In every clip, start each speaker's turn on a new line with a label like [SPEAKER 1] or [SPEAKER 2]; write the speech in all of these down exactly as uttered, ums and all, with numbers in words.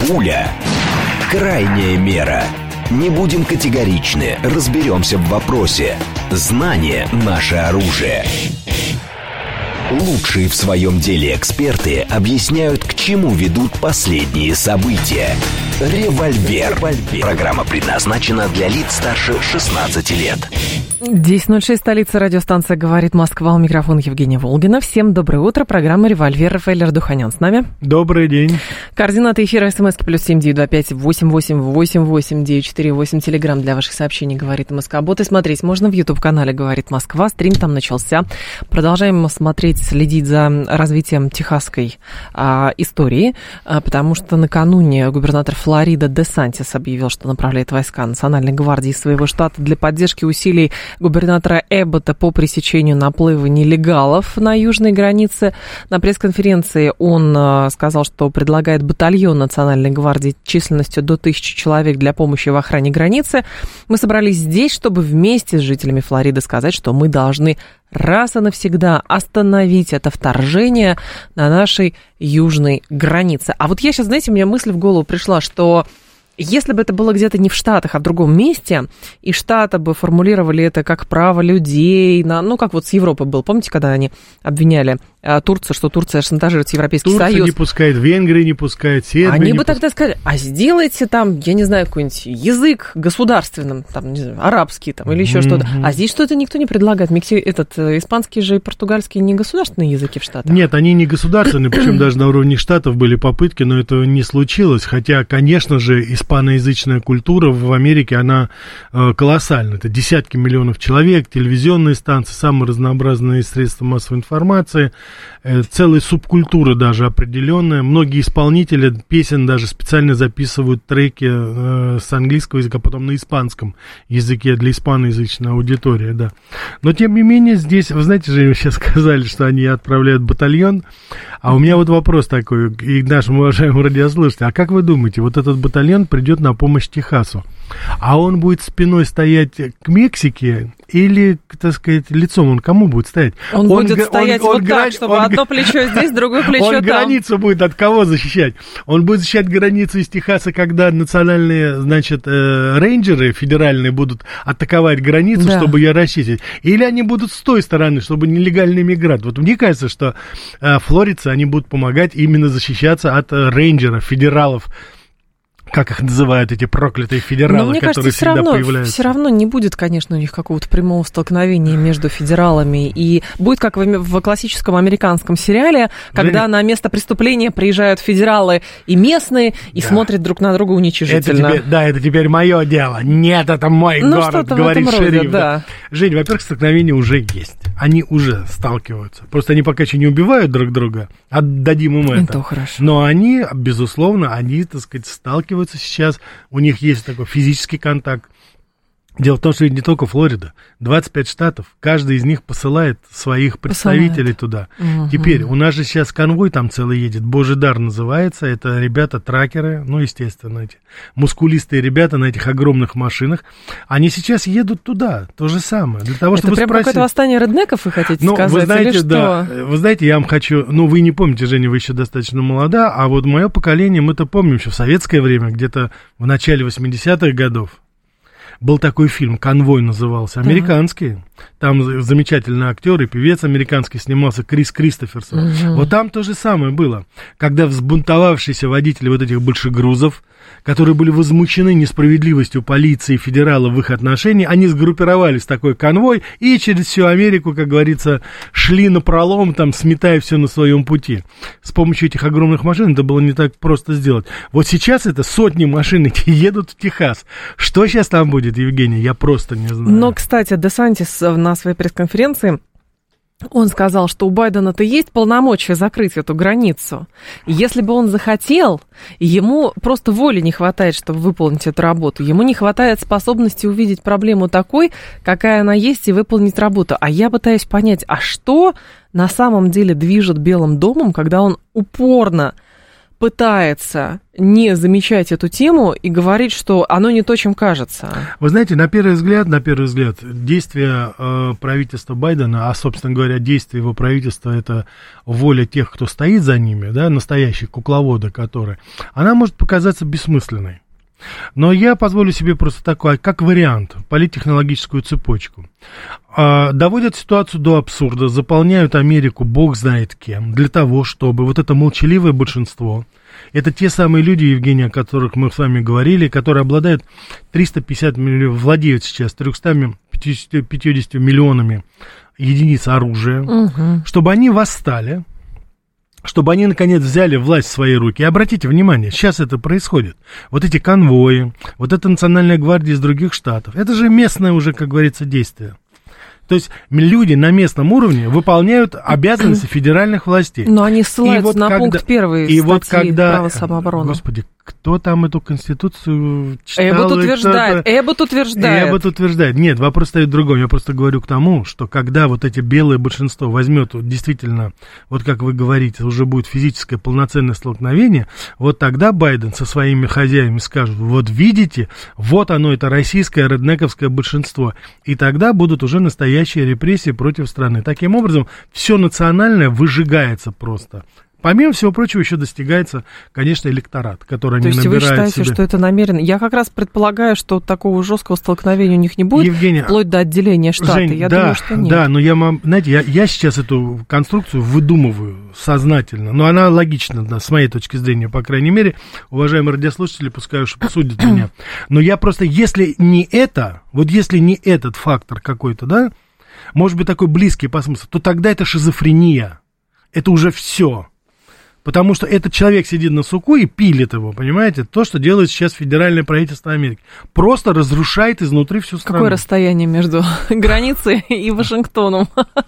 [SPEAKER 1] Пуля. Крайняя мера. Не будем категоричны, разберемся в вопросе. Знание – наше оружие. Лучшие в своем деле эксперты объясняют, к чему ведут последние события. Револьвер. Программа предназначена для лиц старше шестнадцати лет.
[SPEAKER 2] десять ноль шесть, столица, радиостанция «Говорит Москва». У микрофона Евгения Волгина. Всем доброе утро. Программа «Револьвер». Рафаэль Ардуханян с нами.
[SPEAKER 3] Добрый день.
[SPEAKER 2] Координаты эфира смски плюс семь девять два пять восемь восемь восемь восемь девять четыре восемь. Телеграмм для ваших сообщений «Говорит Москва». Боты смотреть можно в YouTube-канале «Говорит Москва». Стрим там начался. Продолжаем смотреть, следить за развитием техасской а, истории, а, потому что накануне губернатор Флориды Десантис объявил, что направляет войска Национальной гвардии из своего штата для поддержки усилий губернатора Эббота по пресечению наплыва нелегалов на южной границе. На пресс-конференции он э, сказал, что предлагает батальон Национальной гвардии численностью до тысячи человек для помощи в охране границы. Мы собрались здесь, чтобы вместе с жителями Флориды сказать, что мы должны раз и навсегда остановить это вторжение на нашей южной границе. А вот я сейчас, знаете, у меня мысль в голову пришла, что если бы это было где-то не в Штатах, а в другом месте, и Штаты бы формулировали это как право людей, на, ну, как вот с Европой было. Помните, когда они обвиняли а, Турцию, что Турция шантажирует Европейский
[SPEAKER 3] Турция
[SPEAKER 2] Союз?
[SPEAKER 3] Турция не пускает, Венгрия не пускает, Сербия
[SPEAKER 2] Они
[SPEAKER 3] не
[SPEAKER 2] бы
[SPEAKER 3] пускает.
[SPEAKER 2] тогда сказали, а сделайте там, я не знаю, какой-нибудь язык государственным, там, не знаю, арабский там, или еще mm-hmm. что-то. А здесь что-то никто не предлагает. Мекси... Этот, испанский же и португальский не государственные языки в Штатах.
[SPEAKER 3] Нет, они не государственные, причем даже на уровне Штатов были попытки, но этого не случилось. Хотя, конечно же, испаноязычная культура в Америке, она э, колоссальна. Это десятки миллионов человек, телевизионные станции, самые разнообразные средства массовой информации, э, целая субкультура даже определенная. Многие исполнители песен даже специально записывают треки э, с английского языка, потом на испанском языке для испаноязычной аудитории, да. Но, тем не менее, здесь, вы знаете же, вы сейчас сказали, что они отправляют батальон, а у меня вот вопрос такой, и к нашему уважаемому радиослушателю, а как вы думаете, вот этот батальон придет на помощь Техасу, а он будет спиной стоять к Мексике или, так сказать, лицом он кому будет стоять?
[SPEAKER 2] Он, он будет г- стоять
[SPEAKER 3] он,
[SPEAKER 2] вот
[SPEAKER 3] он,
[SPEAKER 2] так,
[SPEAKER 3] он,
[SPEAKER 2] чтобы
[SPEAKER 3] он,
[SPEAKER 2] одно плечо здесь, другое плечо
[SPEAKER 3] он
[SPEAKER 2] там. Он
[SPEAKER 3] границу будет от кого защищать? Он будет защищать границу из Техаса, когда национальные, значит, э, рейнджеры федеральные будут атаковать границу, да. чтобы ее расчистить. Или они будут с той стороны, чтобы нелегальный мигрант. Вот мне кажется, что э, флоридцы, они будут помогать именно защищаться от э, рейнджеров, федералов, как их называют, эти проклятые федералы,
[SPEAKER 2] мне
[SPEAKER 3] которые
[SPEAKER 2] кажется,
[SPEAKER 3] всегда
[SPEAKER 2] равно,
[SPEAKER 3] появляются.
[SPEAKER 2] Все равно не будет, конечно, у них какого-то прямого столкновения между федералами. И будет, как в, в классическом американском сериале, когда Женя... на место преступления приезжают федералы и местные, и да. смотрят друг на друга уничижительно.
[SPEAKER 3] Это теперь, да, это теперь мое дело. Нет, это мой ну, город, говорит шериф.
[SPEAKER 2] Да.
[SPEAKER 3] Жень, во-первых, столкновения уже есть. Они уже сталкиваются. Просто они пока еще не убивают друг друга. Отдадим им это.
[SPEAKER 2] Это хорошо.
[SPEAKER 3] Но они, безусловно, они, так сказать, сталкиваются сейчас, у них есть такой физический контакт. Дело в том, что не только Флорида, двадцать пять штатов, каждый из них посылает своих представителей посылает. туда. Угу. Теперь, у нас же сейчас конвой там целый едет, Божий дар называется, это ребята-тракеры, ну, естественно, эти мускулистые ребята на этих огромных машинах, они сейчас едут туда, то же самое, для того,
[SPEAKER 2] это
[SPEAKER 3] чтобы
[SPEAKER 2] прям
[SPEAKER 3] спросить...
[SPEAKER 2] какое-то восстание реднеков, вы хотите
[SPEAKER 3] ну,
[SPEAKER 2] сказать,
[SPEAKER 3] вы знаете,
[SPEAKER 2] или что?
[SPEAKER 3] Да, вы знаете, я вам хочу, ну, вы не помните, Женя, вы еще достаточно молода, а вот мое поколение, мы это помним еще в советское время, где-то в начале восьмидесятых годов, был такой фильм, «Конвой» назывался, американский. Там замечательный актер и певец американский снимался, Крис Кристоферсон. Угу. Вот там то же самое было. Когда взбунтовавшиеся водители вот этих большегрузов, которые были возмущены несправедливостью полиции и федералов в их отношении, они сгруппировались в такой конвой и через всю Америку, как говорится, шли напролом, там, сметая все на своем пути. С помощью этих огромных машин это было не так просто сделать. Вот сейчас это сотни машин эти едут в Техас. Что сейчас там будет, Евгений, я просто не знаю.
[SPEAKER 2] Но, кстати, Десантис на своей пресс-конференции он сказал, что у Байдена-то есть полномочия закрыть эту границу. И если бы он захотел, ему просто воли не хватает, чтобы выполнить эту работу. Ему не хватает способности увидеть проблему такой, какая она есть, и выполнить работу. А я пытаюсь понять, а что на самом деле движет Белым домом, когда он упорно пытается не замечать эту тему и говорить, что оно не то, чем кажется.
[SPEAKER 3] Вы знаете, на первый взгляд, на первый взгляд, действия э, правительства Байдена, а, собственно говоря, действия его правительства, это воля тех, кто стоит за ними, да, настоящие кукловоды, которые, она может показаться бессмысленной. Но я позволю себе просто такой, как вариант, политтехнологическую цепочку. А, доводят ситуацию до абсурда, заполняют Америку бог знает кем, для того, чтобы вот это молчаливое большинство, это те самые люди, Евгений, о которых мы с вами говорили, которые обладают триста пятьдесят миллионов, владеют сейчас триста пятьдесят миллионами единиц оружия, угу. чтобы они восстали, чтобы они, наконец, взяли власть в свои руки. И обратите внимание, сейчас это происходит. Вот эти конвои, вот эта национальная гвардия из других штатов, это же местное уже, как говорится, действие. То есть люди на местном уровне выполняют обязанности федеральных властей.
[SPEAKER 2] Но они ссылаются вот на когда, пункт первый
[SPEAKER 3] и вот когда,
[SPEAKER 2] права самообороны.
[SPEAKER 3] Господи, кто там эту конституцию читал?
[SPEAKER 2] Эббот утверждает, Эббот утверждает.
[SPEAKER 3] Эббот утверждает. Нет, вопрос стоит в другом. Я просто говорю к тому, что когда вот эти белое большинство возьмет вот, действительно, вот как вы говорите, уже будет физическое полноценное столкновение, вот тогда Байден со своими хозяевами скажет, вот видите, вот оно, это российское реднековское большинство. И тогда будут уже настоящие репрессии против страны. Таким образом, все национальное выжигается просто. Помимо всего прочего, еще достигается, конечно, электорат, который они набирают себе. То есть вы считаете,
[SPEAKER 2] себе. Что это намеренно? Я как раз предполагаю, что такого жесткого столкновения у них не будет,
[SPEAKER 3] Евгения,
[SPEAKER 2] вплоть до отделения штата.
[SPEAKER 3] Жень,
[SPEAKER 2] я
[SPEAKER 3] да,
[SPEAKER 2] думаю, что нет.
[SPEAKER 3] Да, но я, знаете, я, я сейчас эту конструкцию выдумываю сознательно, но она логична, да, с моей точки зрения, по крайней мере. Уважаемые радиослушатели, пускай уж посудят меня. Но я просто, если не это, вот если не этот фактор какой-то, да, может быть, такой близкий по смыслу, то тогда это шизофрения. Это уже все. Потому что этот человек сидит на суку и пилит его, понимаете? То, что делает сейчас федеральное правительство Америки. Просто разрушает изнутри всю страну.
[SPEAKER 2] Какое расстояние между границей и Вашингтоном?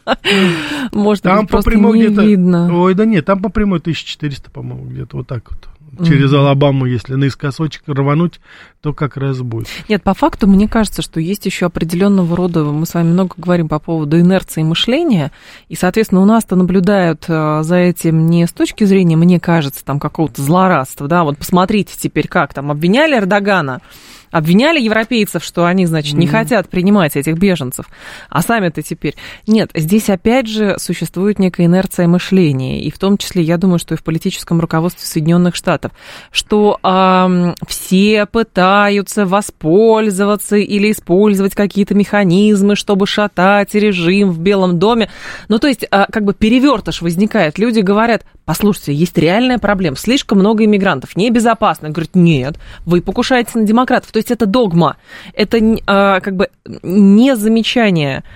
[SPEAKER 2] Может быть, просто не видно.
[SPEAKER 3] Ой, да нет, там по прямой тысяча четыреста, по-моему, где-то вот так вот. Через mm-hmm. Алабаму, если наискосочек рвануть, то как раз будет.
[SPEAKER 2] Нет, по факту, мне кажется, что есть еще определенного рода, мы с вами много говорим по поводу инерции мышления, и, соответственно, у нас-то наблюдают за этим не с точки зрения, мне кажется, там какого-то злорадства, да, вот посмотрите теперь, как там обвиняли Эрдогана, обвиняли европейцев, что они, значит, не mm-hmm. хотят принимать этих беженцев, а сами-то теперь... Нет, здесь опять же существует некая инерция мышления, и в том числе, я думаю, что и в политическом руководстве Соединенных Штатов, что э, все пытаются воспользоваться или использовать какие-то механизмы, чтобы шатать режим в Белом доме. Ну, то есть, э, как бы перевертыш возникает. Люди говорят, послушайте, есть реальная проблема, слишком много иммигрантов, небезопасно. Говорят, нет, вы покушаете на демократов. То есть это догма, это а, как бы не замечание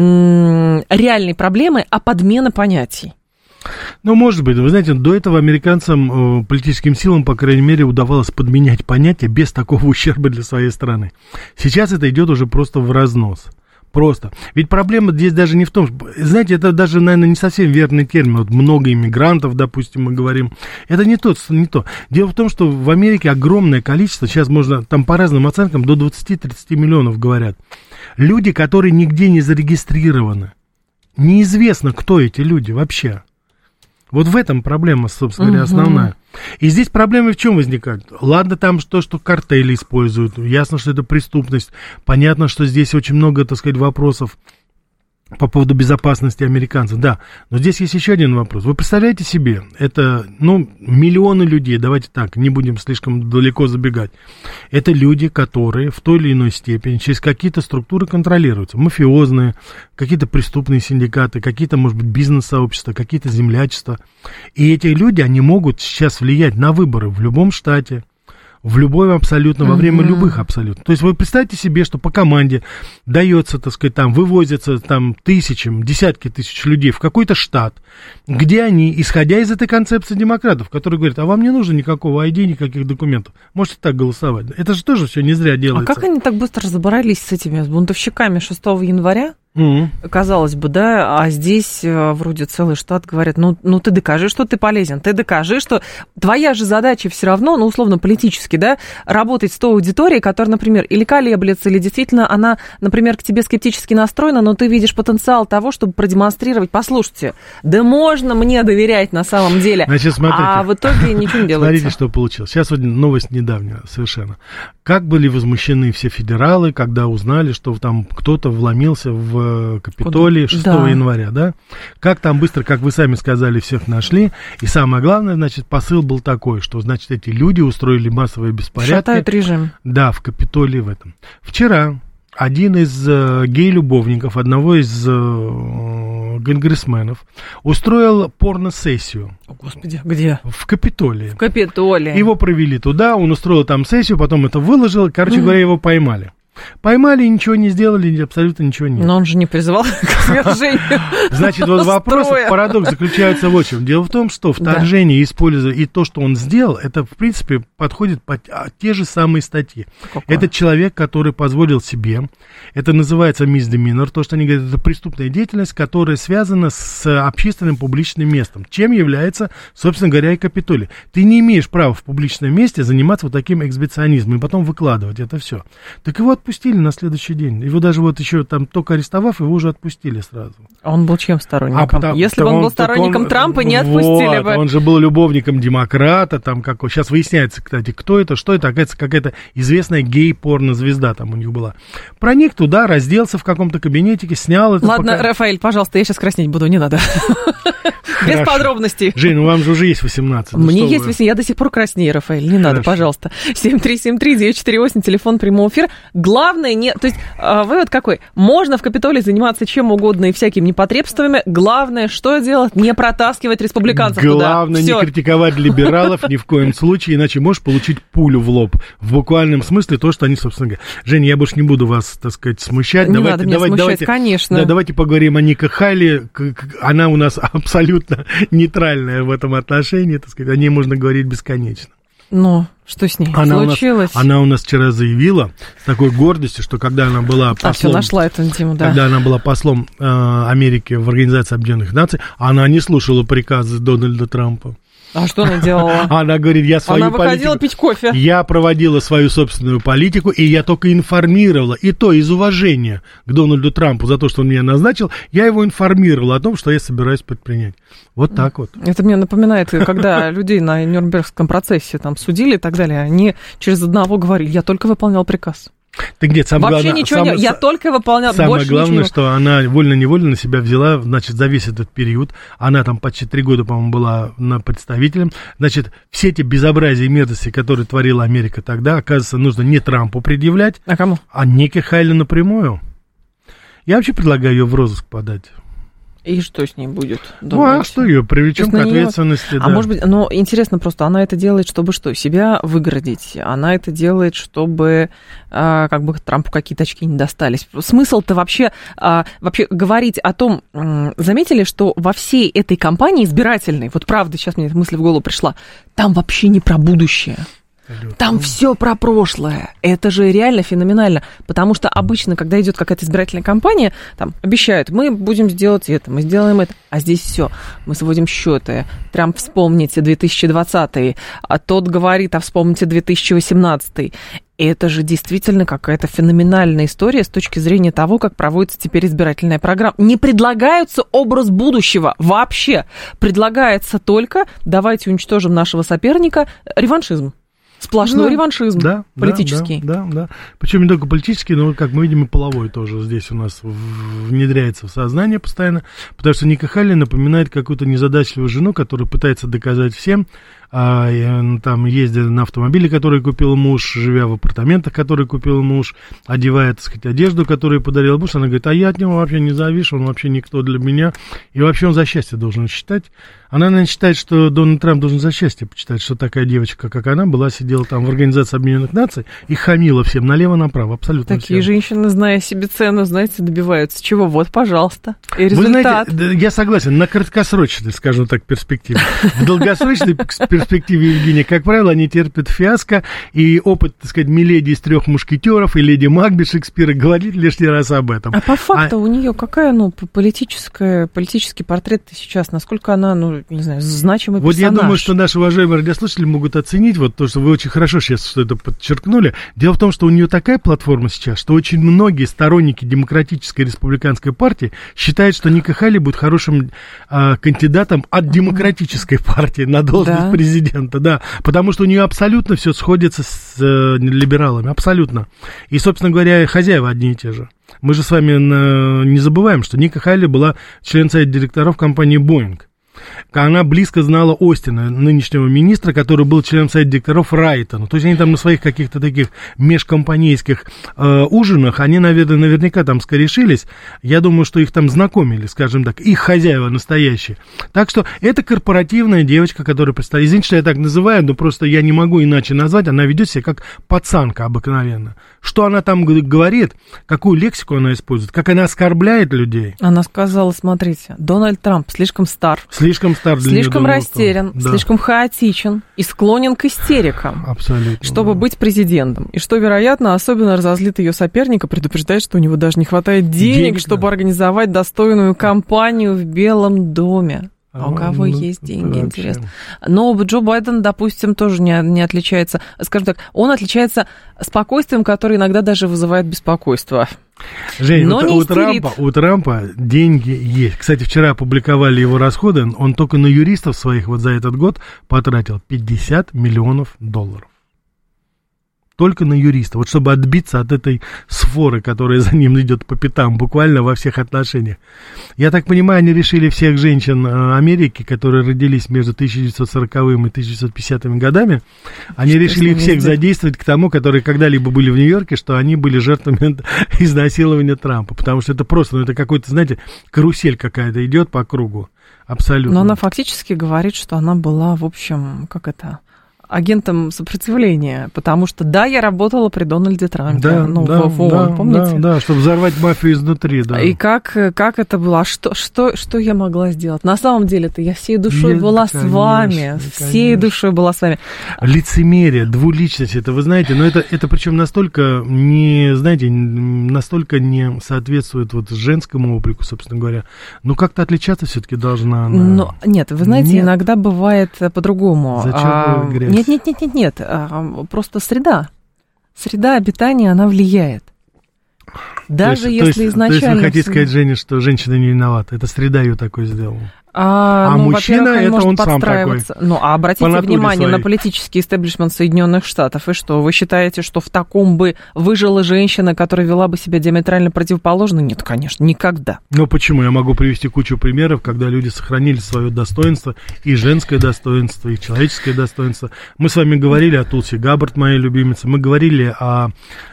[SPEAKER 2] м, реальной проблемы, а подмена понятий.
[SPEAKER 3] Ну, может быть. Вы знаете, до этого американцам, политическим силам, по крайней мере, удавалось подменять понятия без такого ущерба для своей страны. Сейчас это идет уже просто в разнос. Просто. Ведь проблема здесь даже не в том, что, знаете, это даже, наверное, не совсем верный термин. Вот много иммигрантов, допустим, мы говорим. Это не то, не то. Дело в том, что в Америке огромное количество, сейчас можно, там по разным оценкам, до двадцать-тридцать миллионов говорят. Люди, которые нигде не зарегистрированы. Неизвестно, кто эти люди вообще. Вот в этом проблема, собственно говоря, основная. И здесь проблемы в чем возникают? Ладно, там то, что картели используют, ясно, что это преступность, понятно, что здесь очень много, так сказать, вопросов по поводу безопасности американцев, да, но здесь есть еще один вопрос. Вы представляете себе, это, ну, миллионы людей, давайте так, не будем слишком далеко забегать, это люди, которые в той или иной степени через какие-то структуры контролируются, мафиозные, какие-то преступные синдикаты, какие-то, может быть, бизнес-сообщества, какие-то землячества, и эти люди, они могут сейчас влиять на выборы в любом штате, в любой абсолютно, во время uh-huh. любых абсолютно. То есть вы представьте себе, что по команде дается, так сказать, там, вывозятся там тысячам, десятки тысяч людей в какой-то штат, где они, исходя из этой концепции демократов, которые говорят, а вам не нужно никакого ай ди, никаких документов, можете так голосовать. Это же тоже все не зря делается.
[SPEAKER 2] А как они так быстро разобрались с этими с бунтовщиками шестого января? Mm-hmm. Казалось бы, да, а здесь вроде целый штат говорят, ну, ну ты докажи, что ты полезен, ты докажи, что твоя же задача все равно, ну, условно, политически, да, работать с той аудиторией, которая, например, или колеблется, или действительно она, например, к тебе скептически настроена, но ты видишь потенциал того, чтобы продемонстрировать, послушайте, да можно мне доверять на самом деле,
[SPEAKER 3] Значит, смотрите,
[SPEAKER 2] а в итоге ничего не делается.
[SPEAKER 3] Смотрите, что получилось. Сейчас вот новость недавняя совершенно. Как были возмущены все федералы, когда узнали, что там кто-то вломился в Капитолий шестого января, да? Как там быстро, как вы сами сказали, всех нашли. И самое главное, значит, посыл был такой, что, значит, эти люди устроили массовые беспорядки.
[SPEAKER 2] Шатают режим.
[SPEAKER 3] Да, в Капитолии в этом. Вчера один из э, гей-любовников, одного из э, конгрессменов, устроил порно-сессию.
[SPEAKER 2] О, Господи, где?
[SPEAKER 3] В Капитолии.
[SPEAKER 2] В Капитолии.
[SPEAKER 3] Его провели туда, он устроил там сессию, потом это выложил, короче mm-hmm. говоря, его поймали. Поймали, ничего не сделали, абсолютно ничего нет.
[SPEAKER 2] Но он же не призывал к свержению.
[SPEAKER 3] Значит, вот вопрос, парадокс заключается в чем. Дело в том, что вторжение, да. используя и то, что он сделал, это, в принципе, подходит под те же самые статьи. Какое? Это человек, который позволил себе, это называется misdemeanor, то, что они говорят, это преступная деятельность, которая связана с общественным публичным местом, чем является, собственно говоря, и Капитолий. Ты не имеешь права в публичном месте заниматься вот таким эксгибиционизмом и потом выкладывать это все. Так и вот отпустили на следующий день. Его даже вот еще там только арестовав, его уже отпустили сразу.
[SPEAKER 2] А он был чем сторонником?
[SPEAKER 3] А потому,
[SPEAKER 2] Если бы он, он был сторонником он, Трампа, не отпустили
[SPEAKER 3] вот,
[SPEAKER 2] бы.
[SPEAKER 3] Он же был любовником демократа, там как сейчас выясняется, кстати, кто это, что это, оказывается, какая-то известная гей-порно-звезда там у них была. Проник туда, разделся в каком-то кабинетике, снял это.
[SPEAKER 2] Ладно,
[SPEAKER 3] пока...
[SPEAKER 2] Рафаэль, пожалуйста, я сейчас краснеть буду, не надо. Без подробностей.
[SPEAKER 3] Жень, ну вам же уже есть восемнадцать.
[SPEAKER 2] Мне есть восемнадцать, я до сих пор краснею, Рафаэль, не надо, пожалуйста. семь три семь три девять четыре восемь, телефон прямого эфира. Главное, не, то есть вывод какой? Можно в Капитолии заниматься чем угодно и всякими непотребствами. Главное, что делать? Не протаскивать республиканцев туда.
[SPEAKER 3] Главное, не критиковать либералов ни в коем случае, иначе можешь получить пулю в лоб. В буквальном смысле то, что они, собственно говоря. Женя, я больше не буду вас, так сказать, смущать.
[SPEAKER 2] Не
[SPEAKER 3] давайте,
[SPEAKER 2] надо меня
[SPEAKER 3] давайте,
[SPEAKER 2] смущать,
[SPEAKER 3] давайте,
[SPEAKER 2] конечно.
[SPEAKER 3] Да, давайте поговорим о Нике Хайли. Она у нас абсолютно нейтральная в этом отношении, так сказать. О ней можно говорить бесконечно.
[SPEAKER 2] Но что с ней
[SPEAKER 3] она
[SPEAKER 2] случилось?
[SPEAKER 3] У нас, она у нас вчера заявила с такой гордостью, что когда она была послом... А, все,
[SPEAKER 2] нашла эту тему, да.
[SPEAKER 3] Когда она была послом э, Америки в Организации Объединенных Наций, она не слушала приказы Дональда Трампа.
[SPEAKER 2] А что она делала?
[SPEAKER 3] Она говорит, я свою
[SPEAKER 2] политику... Она выходила пить кофе.
[SPEAKER 3] Я проводила свою собственную политику, и я только информировала, и то из уважения к Дональду Трампу за то, что он меня назначил, я его информировала о том, что я собираюсь предпринять. Вот так вот.
[SPEAKER 2] Это мне напоминает, когда людей на Нюрнбергском процессе там судили и так далее, они через одного говорили, я только выполнял приказ.
[SPEAKER 3] Так нет, самое
[SPEAKER 2] Вообще
[SPEAKER 3] главное,
[SPEAKER 2] ничего
[SPEAKER 3] самое,
[SPEAKER 2] не... Я только выполнял...
[SPEAKER 3] Самое главное, что она вольно-невольно на себя взяла, значит, за весь этот период. Она там почти три года, по-моему, была на представителем. Значит, все эти безобразия и мерзости, которые творила Америка тогда, оказывается, нужно не Трампу предъявлять,
[SPEAKER 2] а кому?
[SPEAKER 3] А Нике Хайли напрямую. Я вообще предлагаю ее в розыск подать.
[SPEAKER 2] И что с ней будет?
[SPEAKER 3] Думаете? Ну, а что ее? Привлечем к ответственности.
[SPEAKER 2] А да. Может быть, но интересно просто, она это делает, чтобы что? Себя выгородить. Она это делает, чтобы а, как бы Трампу какие-то очки не достались. Смысл-то вообще, а, вообще говорить о том, заметили, что во всей этой кампании избирательной, вот правда, сейчас мне эта мысль в голову пришла, там вообще не про будущее. Там все про прошлое. Это же реально феноменально. Потому что обычно, когда идет какая-то избирательная кампания, там обещают, мы будем сделать это, мы сделаем это. А здесь все. Мы сводим счеты. Трамп, вспомните две тысячи двадцатый. А тот говорит, а вспомните две тысячи восемнадцатый. Это же действительно какая-то феноменальная история с точки зрения того, как проводится теперь избирательная программа. Не предлагается образ будущего вообще. Предлагается только давайте уничтожим нашего соперника, реваншизм. Сплошной да, реваншизм да, политический.
[SPEAKER 3] Да, да, да. Причем не только политический, но, как мы видим, и половой тоже здесь у нас внедряется в сознание постоянно. Потому что Ника Хайли напоминает какую-то незадачливую жену, которая пытается доказать всем, а, там, ездя на автомобиле, который купил муж, живя в апартаментах, которые купил муж, одевая, так сказать, одежду, которую подарил муж, она говорит, а я от него вообще не завишу, он вообще никто для меня, и вообще он за счастье должен считать. Она, наверное, считает, что Дональд Трамп должен за счастье почитать, что такая девочка, как она, была, сидела там в Организации Объединенных Наций и хамила всем налево-направо, абсолютно
[SPEAKER 2] Такие
[SPEAKER 3] всем.
[SPEAKER 2] женщины, зная себе цену, знаете, добиваются чего? Вот, пожалуйста, и результат.
[SPEAKER 3] Вы знаете, я согласен, на краткосрочной, скажем так, перспективе. В долгосрочной перспективе перспективе, Евгения, как правило, они терпят фиаско, и опыт, так сказать, Миледи из трех мушкетеров и леди Макбет Шекспира говорит лишний раз об этом.
[SPEAKER 2] А по факту а... у нее какая, ну, политическая, политический портрет сейчас, насколько она, ну, не знаю, значимый
[SPEAKER 3] вот
[SPEAKER 2] персонаж?
[SPEAKER 3] Вот я думаю, что наши уважаемые радиослушатели могут оценить вот то, что вы очень хорошо сейчас что это подчеркнули. Дело в том, что у нее такая платформа сейчас, что очень многие сторонники демократической республиканской партии считают, что Ника Хайли будет хорошим а, кандидатом от демократической партии на должность да. президента, да, потому что у нее абсолютно все сходится с э, либералами, абсолютно. И, собственно говоря, хозяева одни и те же. Мы же с вами на, не забываем, что Ника Хайли была член совета директоров компании Boeing. Она близко знала Остина, нынешнего министра, который был членом совета директоров Райтона. То есть они там на своих каких-то таких межкомпанейских э, ужинах, они, наверное, наверняка там скорешились. Я думаю, что их там знакомили, скажем так, их хозяева настоящие. Так что это корпоративная девочка, которая представляет. Извините, что я так называю, но просто я не могу иначе назвать. Она ведет себя как пацанка обыкновенно. Что она там говорит, какую лексику она использует, как она оскорбляет людей.
[SPEAKER 2] Она сказала, смотрите, Дональд Трамп слишком стар.
[SPEAKER 3] Слишком стар для
[SPEAKER 2] Слишком растерян, да. слишком хаотичен и склонен к истерикам,
[SPEAKER 3] абсолютно,
[SPEAKER 2] чтобы
[SPEAKER 3] да. быть
[SPEAKER 2] президентом. И что, вероятно, особенно разозлит ее соперника, предупреждает, что у него даже не хватает денег, денег чтобы да. организовать достойную кампанию в Белом доме. А у кого ну, есть деньги, интересно. Но Джо Байден, допустим, тоже не, не отличается, скажем так, он отличается спокойствием, которое иногда даже вызывает беспокойство.
[SPEAKER 3] Жень, Но у, не у, Трампа, у Трампа деньги есть. Кстати, вчера опубликовали его расходы, он только на юристов своих вот за этот год потратил пятьдесят миллионов долларов. Только на юриста, вот чтобы отбиться от этой сфоры, которая за ним идет по пятам, буквально во всех отношениях. Я так понимаю, они решили всех женщин Америки, которые родились между тысяча девятьсот сороковым и тысяча девятьсот пятидесятым годами, они что решили их всех задействовать к тому, которые когда-либо были в Нью-Йорке, что они были жертвами изнасилования Трампа, потому что это просто, ну это какой-то, знаете, карусель какая-то идет по кругу, абсолютно.
[SPEAKER 2] Но она фактически говорит, что она была, в общем, как это... агентом сопротивления, потому что, да, я работала при Дональде Трампе,
[SPEAKER 3] да,
[SPEAKER 2] ну,
[SPEAKER 3] да,
[SPEAKER 2] в ООН,
[SPEAKER 3] да,
[SPEAKER 2] помните?
[SPEAKER 3] Да, да, чтобы взорвать мафию изнутри, да.
[SPEAKER 2] И как, как это было? А что, что, что я могла сделать? На самом деле-то я всей душой Нет, была конечно, с вами, всей конечно. душой была с вами.
[SPEAKER 3] Лицемерие, двуличность, это вы знаете, но это, это причем настолько не, знаете, настолько не соответствует вот женскому облику, собственно говоря. Ну, как-то отличаться все-таки должна она.
[SPEAKER 2] Но, нет, вы знаете, нет. иногда бывает по-другому.
[SPEAKER 3] Зачем
[SPEAKER 2] а,
[SPEAKER 3] вы грязь?
[SPEAKER 2] Нет, нет, нет, нет, нет, а, просто среда. Среда обитания, она влияет. Даже
[SPEAKER 3] то есть,
[SPEAKER 2] если
[SPEAKER 3] то есть,
[SPEAKER 2] изначально...
[SPEAKER 3] То есть вы хотите сказать, Женя, что женщина не виновата, это среда ее такой сделала?
[SPEAKER 2] А,
[SPEAKER 3] а
[SPEAKER 2] ну,
[SPEAKER 3] мужчина, это он сам такой.
[SPEAKER 2] Ну, а обратите внимание своей. на политический истеблишмент Соединенных Штатов. И что, вы считаете, что в таком бы выжила женщина, которая вела бы себя диаметрально противоположно? Нет, конечно, никогда.
[SPEAKER 3] Ну, почему? Я могу привести кучу примеров, когда люди сохранили свое достоинство, и женское достоинство, и человеческое достоинство. Мы с вами говорили о Тулси Габбард, моей любимице, мы говорили о...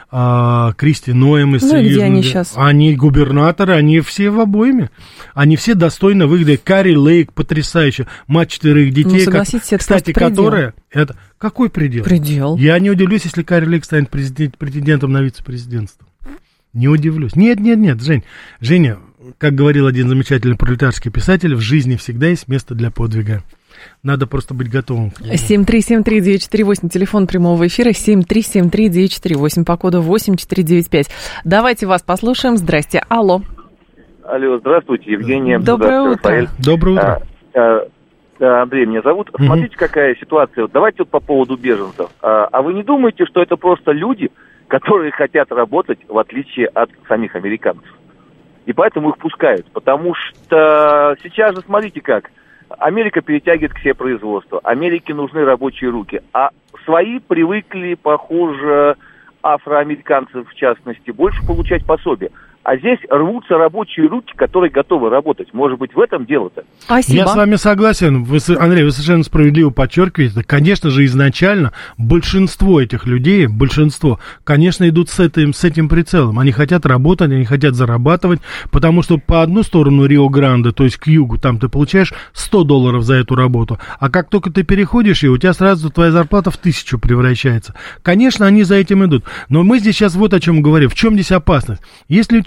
[SPEAKER 3] А, Кристи Ноэм,
[SPEAKER 2] ну, и где они сейчас?
[SPEAKER 3] Они губернаторы, они все в обойме. Они все достойно выглядят. Карри Лейк, потрясающая, мать четырех детей.
[SPEAKER 2] Ну, согласитесь, как,
[SPEAKER 3] это кстати, которая... Это, какой предел?
[SPEAKER 2] Предел.
[SPEAKER 3] Я не удивлюсь, если Карри Лейк станет претендентом на вице-президентство. Не удивлюсь. Нет, нет, нет, Жень. Женя, как говорил один замечательный пролетарский писатель, в жизни всегда есть место для подвига. Надо просто быть готовым.
[SPEAKER 2] семь три семь три девять четыре восемь, телефон прямого эфира, семь три семь три девять четыре восемь, по коду восемь четыре девять пять. Давайте вас послушаем. Здрасте. Алло.
[SPEAKER 4] Алло, здравствуйте, Евгения.
[SPEAKER 2] Доброе утро.
[SPEAKER 4] Рафаэль.
[SPEAKER 3] Доброе утро.
[SPEAKER 4] А, а, Андрей меня зовут. Угу. Смотрите, какая ситуация. Вот давайте вот по поводу беженцев. А, а вы не думаете, что это просто люди, которые хотят работать, в отличие от самих американцев? И поэтому их пускают. Потому что сейчас же, смотрите как, Америка перетягивает к себе производство. Америке нужны рабочие руки. А свои привыкли, похоже, афроамериканцы в частности, больше получать пособие. А здесь рвутся рабочие руки, которые готовы работать. Может быть, в этом дело-то?
[SPEAKER 2] Спасибо.
[SPEAKER 3] Я с вами согласен. Вы, Андрей, вы совершенно справедливо подчеркиваете. Конечно же, изначально большинство этих людей, большинство, конечно, идут с этим, с этим прицелом. Они хотят работать, они хотят зарабатывать, потому что по одну сторону Рио-Гранде, то есть к югу, там ты получаешь сто долларов за эту работу. А как только ты переходишь, и у тебя сразу твоя зарплата в тысячу превращается. Конечно, они за этим идут. Но мы здесь сейчас вот о чем говорим. В чем здесь опасность? Если у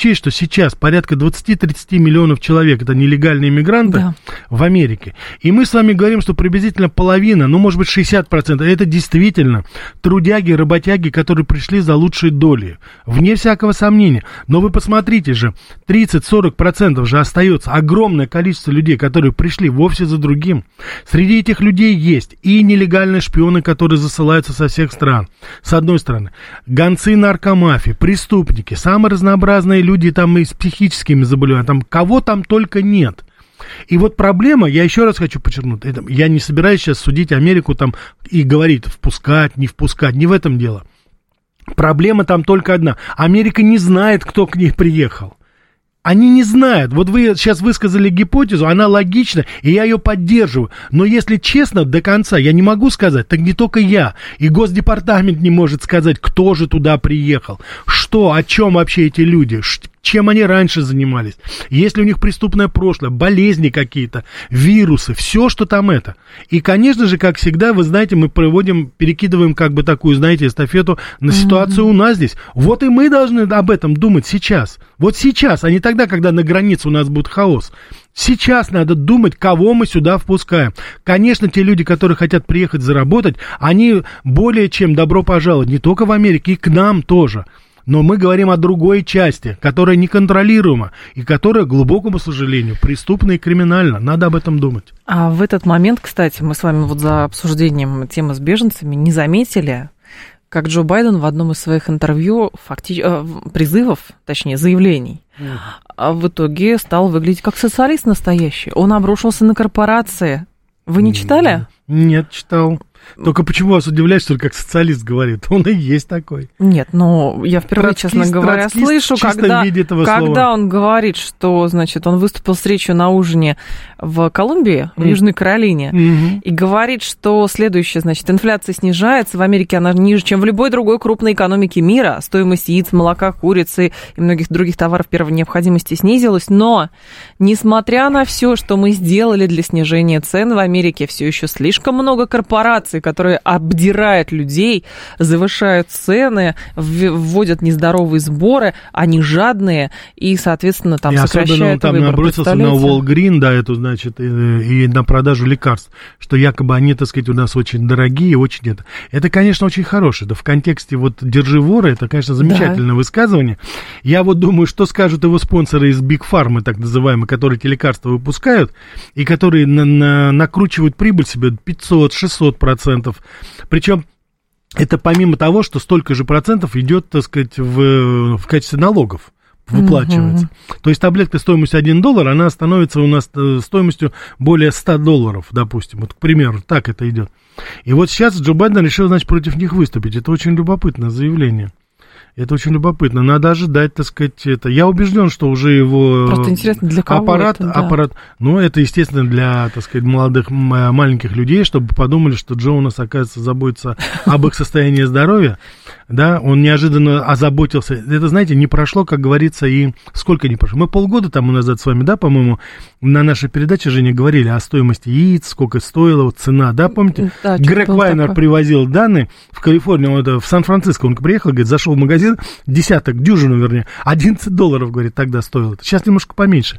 [SPEAKER 3] учесть, что сейчас порядка двадцать-тридцать миллионов человек, это нелегальные иммигранты, да, в Америке. И мы с вами говорим, что приблизительно половина, ну, может быть, шестьдесят процентов, это действительно трудяги, работяги, которые пришли за лучшей долей. Вне всякого сомнения. Но вы посмотрите же, тридцать-сорок процентов же остается огромное количество людей, которые пришли вовсе за другим. Среди этих людей есть и нелегальные шпионы, которые засылаются со всех стран. С одной стороны, гонцы наркомафии, преступники, самые разнообразные люди там и с психическими заболеваниями, там кого там только нет. И вот проблема, я еще раз хочу подчеркнуть, это, я не собираюсь сейчас судить Америку там и говорить, впускать, не впускать, не в этом дело. Проблема там только одна. Америка не знает, кто к ней приехал. Они не знают. Вот вы сейчас высказали гипотезу, она логична, и я ее поддерживаю. Но если честно, до конца я не могу сказать, так не только я. И Госдепартамент не может сказать, кто же туда приехал. Что, о чем вообще эти люди, чем они раньше занимались. Есть ли у них преступное прошлое, болезни какие-то, вирусы, все, что там это. И, конечно же, как всегда, вы знаете, мы проводим, перекидываем как бы такую, знаете, эстафету на ситуацию mm-hmm. у нас здесь. Вот и мы должны об этом думать сейчас. Вот сейчас, а не тогда, когда на границе у нас будет хаос. Сейчас надо думать, кого мы сюда впускаем. Конечно, те люди, которые хотят приехать заработать, они более чем добро пожаловать не только в Америке, и к нам тоже. Но мы говорим о другой части, которая неконтролируема и которая, к глубокому сожалению, преступна и криминальна. Надо об этом думать.
[SPEAKER 2] А в этот момент, кстати, мы с вами вот за обсуждением темы с беженцами не заметили, как Джо Байден в одном из своих интервью, факти... призывов, точнее, заявлений, mm. в итоге стал выглядеть как социалист настоящий. Он обрушился на корпорации. Вы не читали?
[SPEAKER 3] Нет, читал. Только почему вас удивляет, что как социалист говорит? Он и есть такой.
[SPEAKER 2] Нет, ну, я впервые, троцкист, честно говоря, слышу, когда, когда он говорит, что, значит, он выступил с речью на ужине в Колумбии, в mm. Южной Каролине, mm-hmm. и говорит, что следующее, значит, инфляция снижается, в Америке она ниже, чем в любой другой крупной экономике мира, стоимость яиц, молока, курицы и многих других товаров первой необходимости снизилась, но, несмотря на все, что мы сделали для снижения цен в Америке, все еще слишком много корпораций, которые обдирают людей, завышают цены, вводят нездоровые сборы, они жадные и, соответственно, там и сокращают
[SPEAKER 3] особенно он там набросился на Walgreens, да, эту, значит, и, и на продажу лекарств, что якобы они, так сказать, у нас очень дорогие, очень это. Это, конечно, очень хорошее. Да, в контексте вот «держи вора», это, конечно, замечательное да. высказывание. Я вот думаю, что скажут его спонсоры из Big Pharma, так называемые, которые эти лекарства выпускают, и которые на, на, накручивают прибыль себе пятьсот-шестьсот процентов. Причем это помимо того, что столько же процентов идет, так сказать, в, в качестве налогов выплачивается. Uh-huh. То есть таблетка стоимостью один доллар, она становится у нас стоимостью более ста долларов, допустим. Вот, к примеру, так это идет. И вот сейчас Джо Байден решил, значит, против них выступить. Это очень любопытное заявление. Это очень любопытно. Надо ожидать, так сказать, это. Я убежден, что уже его
[SPEAKER 2] просто интересно, для кого
[SPEAKER 3] аппарат,
[SPEAKER 2] это, да.
[SPEAKER 3] аппарат, ну, это, естественно, для, так сказать, молодых, маленьких людей, чтобы подумали, что Джо у нас, оказывается, заботится об их состоянии здоровья. Да, он неожиданно озаботился. Это, знаете, не прошло, как говорится, и сколько не прошло. Мы полгода тому назад с вами, да, по-моему, на нашей передаче, Женя, говорили о стоимости яиц, сколько стоило, вот цена, да, помните? Да, Грег Вайнер такое. Привозил данные в Калифорнию, вот, в Сан-Франциско он приехал, говорит, зашел в магазин, десяток, дюжину, вернее, одиннадцать долларов, говорит, тогда стоило. Сейчас немножко поменьше.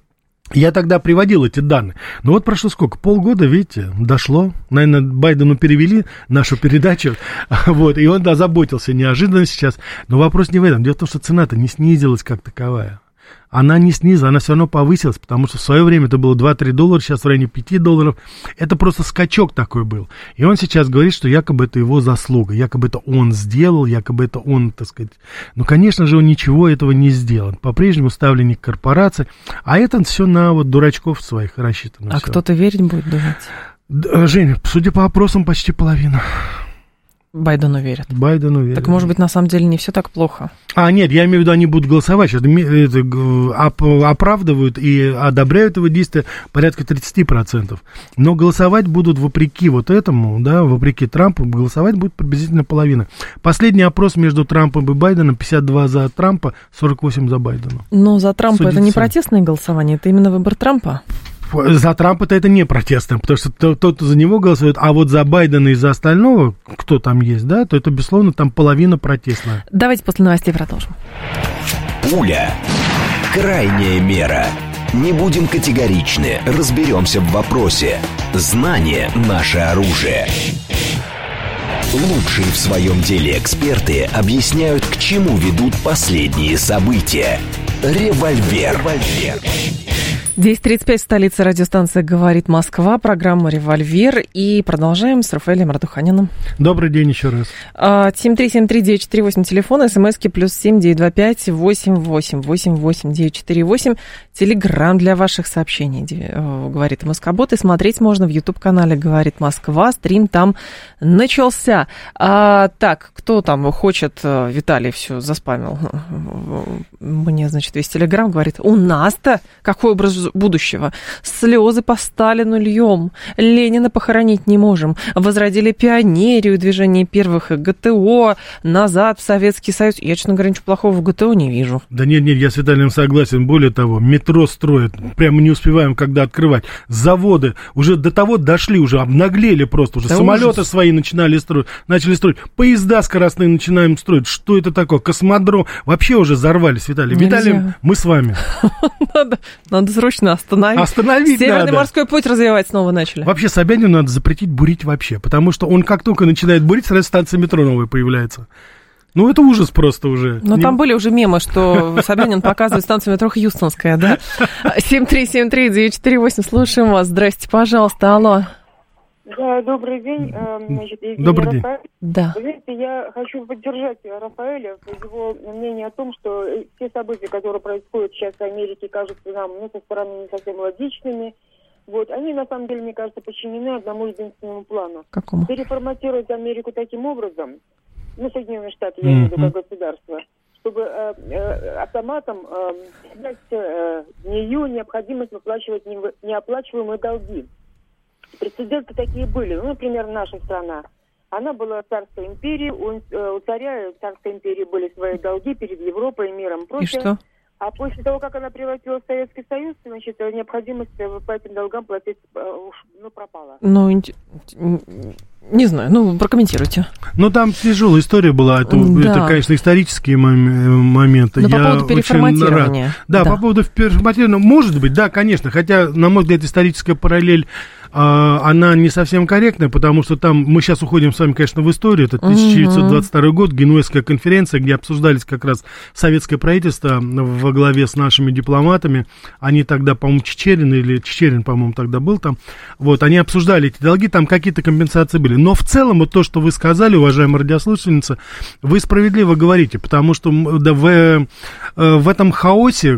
[SPEAKER 3] Я тогда приводил эти данные. Но вот прошло сколько? Полгода, видите, дошло. Наверное, Байдену перевели нашу передачу. Вот, и он озаботился неожиданно сейчас. Но вопрос не в этом. Дело в том, что цена-то не снизилась как таковая. Она не снизилась, она все равно повысилась, потому что в свое время это было два-три доллара, сейчас в районе пяти долларов. Это просто скачок такой был. И он сейчас говорит, что якобы это его заслуга, якобы это он сделал, якобы это он, так сказать... Ну, конечно же, он ничего этого не сделал. По-прежнему ставленник корпораций, а это все на вот дурачков своих рассчитано.
[SPEAKER 2] А все. Кто-то верить будет, думаете?
[SPEAKER 3] Женя, судя по опросам, почти половина.
[SPEAKER 2] Байдену верят.
[SPEAKER 3] Байдену верят.
[SPEAKER 2] Так, может быть, на самом деле не все так плохо.
[SPEAKER 3] А, нет, я имею в виду, они будут голосовать. Это, это, оправдывают и одобряют его действия порядка тридцать процентов. Но голосовать будут вопреки вот этому, да, вопреки Трампу, голосовать будет приблизительно половина. Последний опрос между Трампом и Байденом, пятьдесят два за Трампа, сорок восемь за Байдена.
[SPEAKER 2] Но за Трампа Судите. Это не протестное голосование, это именно выбор Трампа.
[SPEAKER 3] За Трампа-то это не протестно, потому что тот за него голосует, а вот за Байдена и за остального, кто там есть, да, то это, безусловно, там половина протестная.
[SPEAKER 2] Давайте после новостей продолжим.
[SPEAKER 1] Пуля. Крайняя мера. Не будем категоричны, разберемся в вопросе. Знание – наше оружие. Лучшие в своем деле эксперты объясняют, к чему ведут последние события. Револьвер. Револьвер.
[SPEAKER 2] десять тридцать пять, столица, радиостанция «Говорит Москва», программа «Револьвер». И продолжаем с Рафаэлем Ардуханиным.
[SPEAKER 3] Добрый день еще раз.
[SPEAKER 2] семь три семь три девять четыре восемь, телефон, смски плюс семь девять два пять восемь восемь восемь восемь девять четыре восемь. Телеграм для ваших сообщений, «Говорит Москобот». И смотреть можно в YouTube-канале «Говорит Москва». Стрим там начался. А, так, кто там хочет? Виталий все заспамил. Мне, значит, весь Телеграм говорит, у нас-то какой образ будущего? Слезы по Сталину льем, Ленина похоронить не можем. Возродили пионерию, движение первых и ГТО, назад в Советский Союз. Я, честно говоря, ничего плохого в ГТО не вижу.
[SPEAKER 3] Да нет, нет, я с Виталием согласен. Более того, метро строят, прямо не успеваем, когда открывать. Заводы уже до того дошли, уже обнаглели просто. Уже да самолеты ужас. Свои начинали строить, начали строить. Поезда скоростные начинаем строить. Что это такое? Космодром. Вообще уже взорвались, Виталий. Нельзя. Виталий, мы с вами.
[SPEAKER 2] Надо, надо срочно остановить.
[SPEAKER 3] Остановить
[SPEAKER 2] Северный
[SPEAKER 3] надо.
[SPEAKER 2] морской путь развивать снова начали.
[SPEAKER 3] Вообще Собянину надо запретить бурить вообще, потому что он как только начинает бурить, сразу станция метро новая появляется. Ну, это ужас просто уже.
[SPEAKER 2] Ну, там были уже мемы, что Собянин показывает станцию метро Хьюстонская, да? семь три семь три девять четыре восемь, слушаем вас. Здрасте, пожалуйста, алло.
[SPEAKER 5] Да, добрый день. Значит,
[SPEAKER 3] добрый день.
[SPEAKER 5] Рафаэль.
[SPEAKER 2] Да.
[SPEAKER 5] Вы знаете, я хочу поддержать Рафаэля в его мнении о том, что все события, которые происходят сейчас в Америке, кажутся нам, ну, со стороны не совсем логичными. Вот, они, на самом деле, мне кажется, подчинены одному единственному плану.
[SPEAKER 2] Какому?
[SPEAKER 5] Переформатировать Америку таким образом, ну, Соединенные Штаты, я имею в виду, как государство, чтобы э, э, автоматом э, снять э, нее необходимость выплачивать неоплачиваемые долги. Прецеденты такие были. Ну, например, наша страна. Она была царской империей, у, у царя царской империи были свои долги перед Европой и миром.
[SPEAKER 2] И что?
[SPEAKER 5] А после того, как она превратилась в Советский Союз, значит, необходимость по этим долгам платить, ну, пропала.
[SPEAKER 2] Ну, не знаю, ну, прокомментируйте.
[SPEAKER 3] Ну, там тяжелая история была. Это, да. это конечно, исторические моменты.
[SPEAKER 2] Но по поводу переформатирования.
[SPEAKER 3] Да, да, по поводу переформатирования, может быть, да, конечно. Хотя, на мой взгляд, историческая параллель, она не совсем корректная, потому что там, мы сейчас уходим с вами, конечно, в историю, это тысяча девятьсот двадцать второй год, Генуэзская конференция, где обсуждались как раз советское правительство во главе с нашими дипломатами, они тогда, по-моему, Чичерин или Чичерин, по-моему, тогда был там, вот, они обсуждали эти долги, там какие-то компенсации были, но в целом, вот то, что вы сказали, уважаемая радиослушательница, вы справедливо говорите, потому что да, в, в этом хаосе,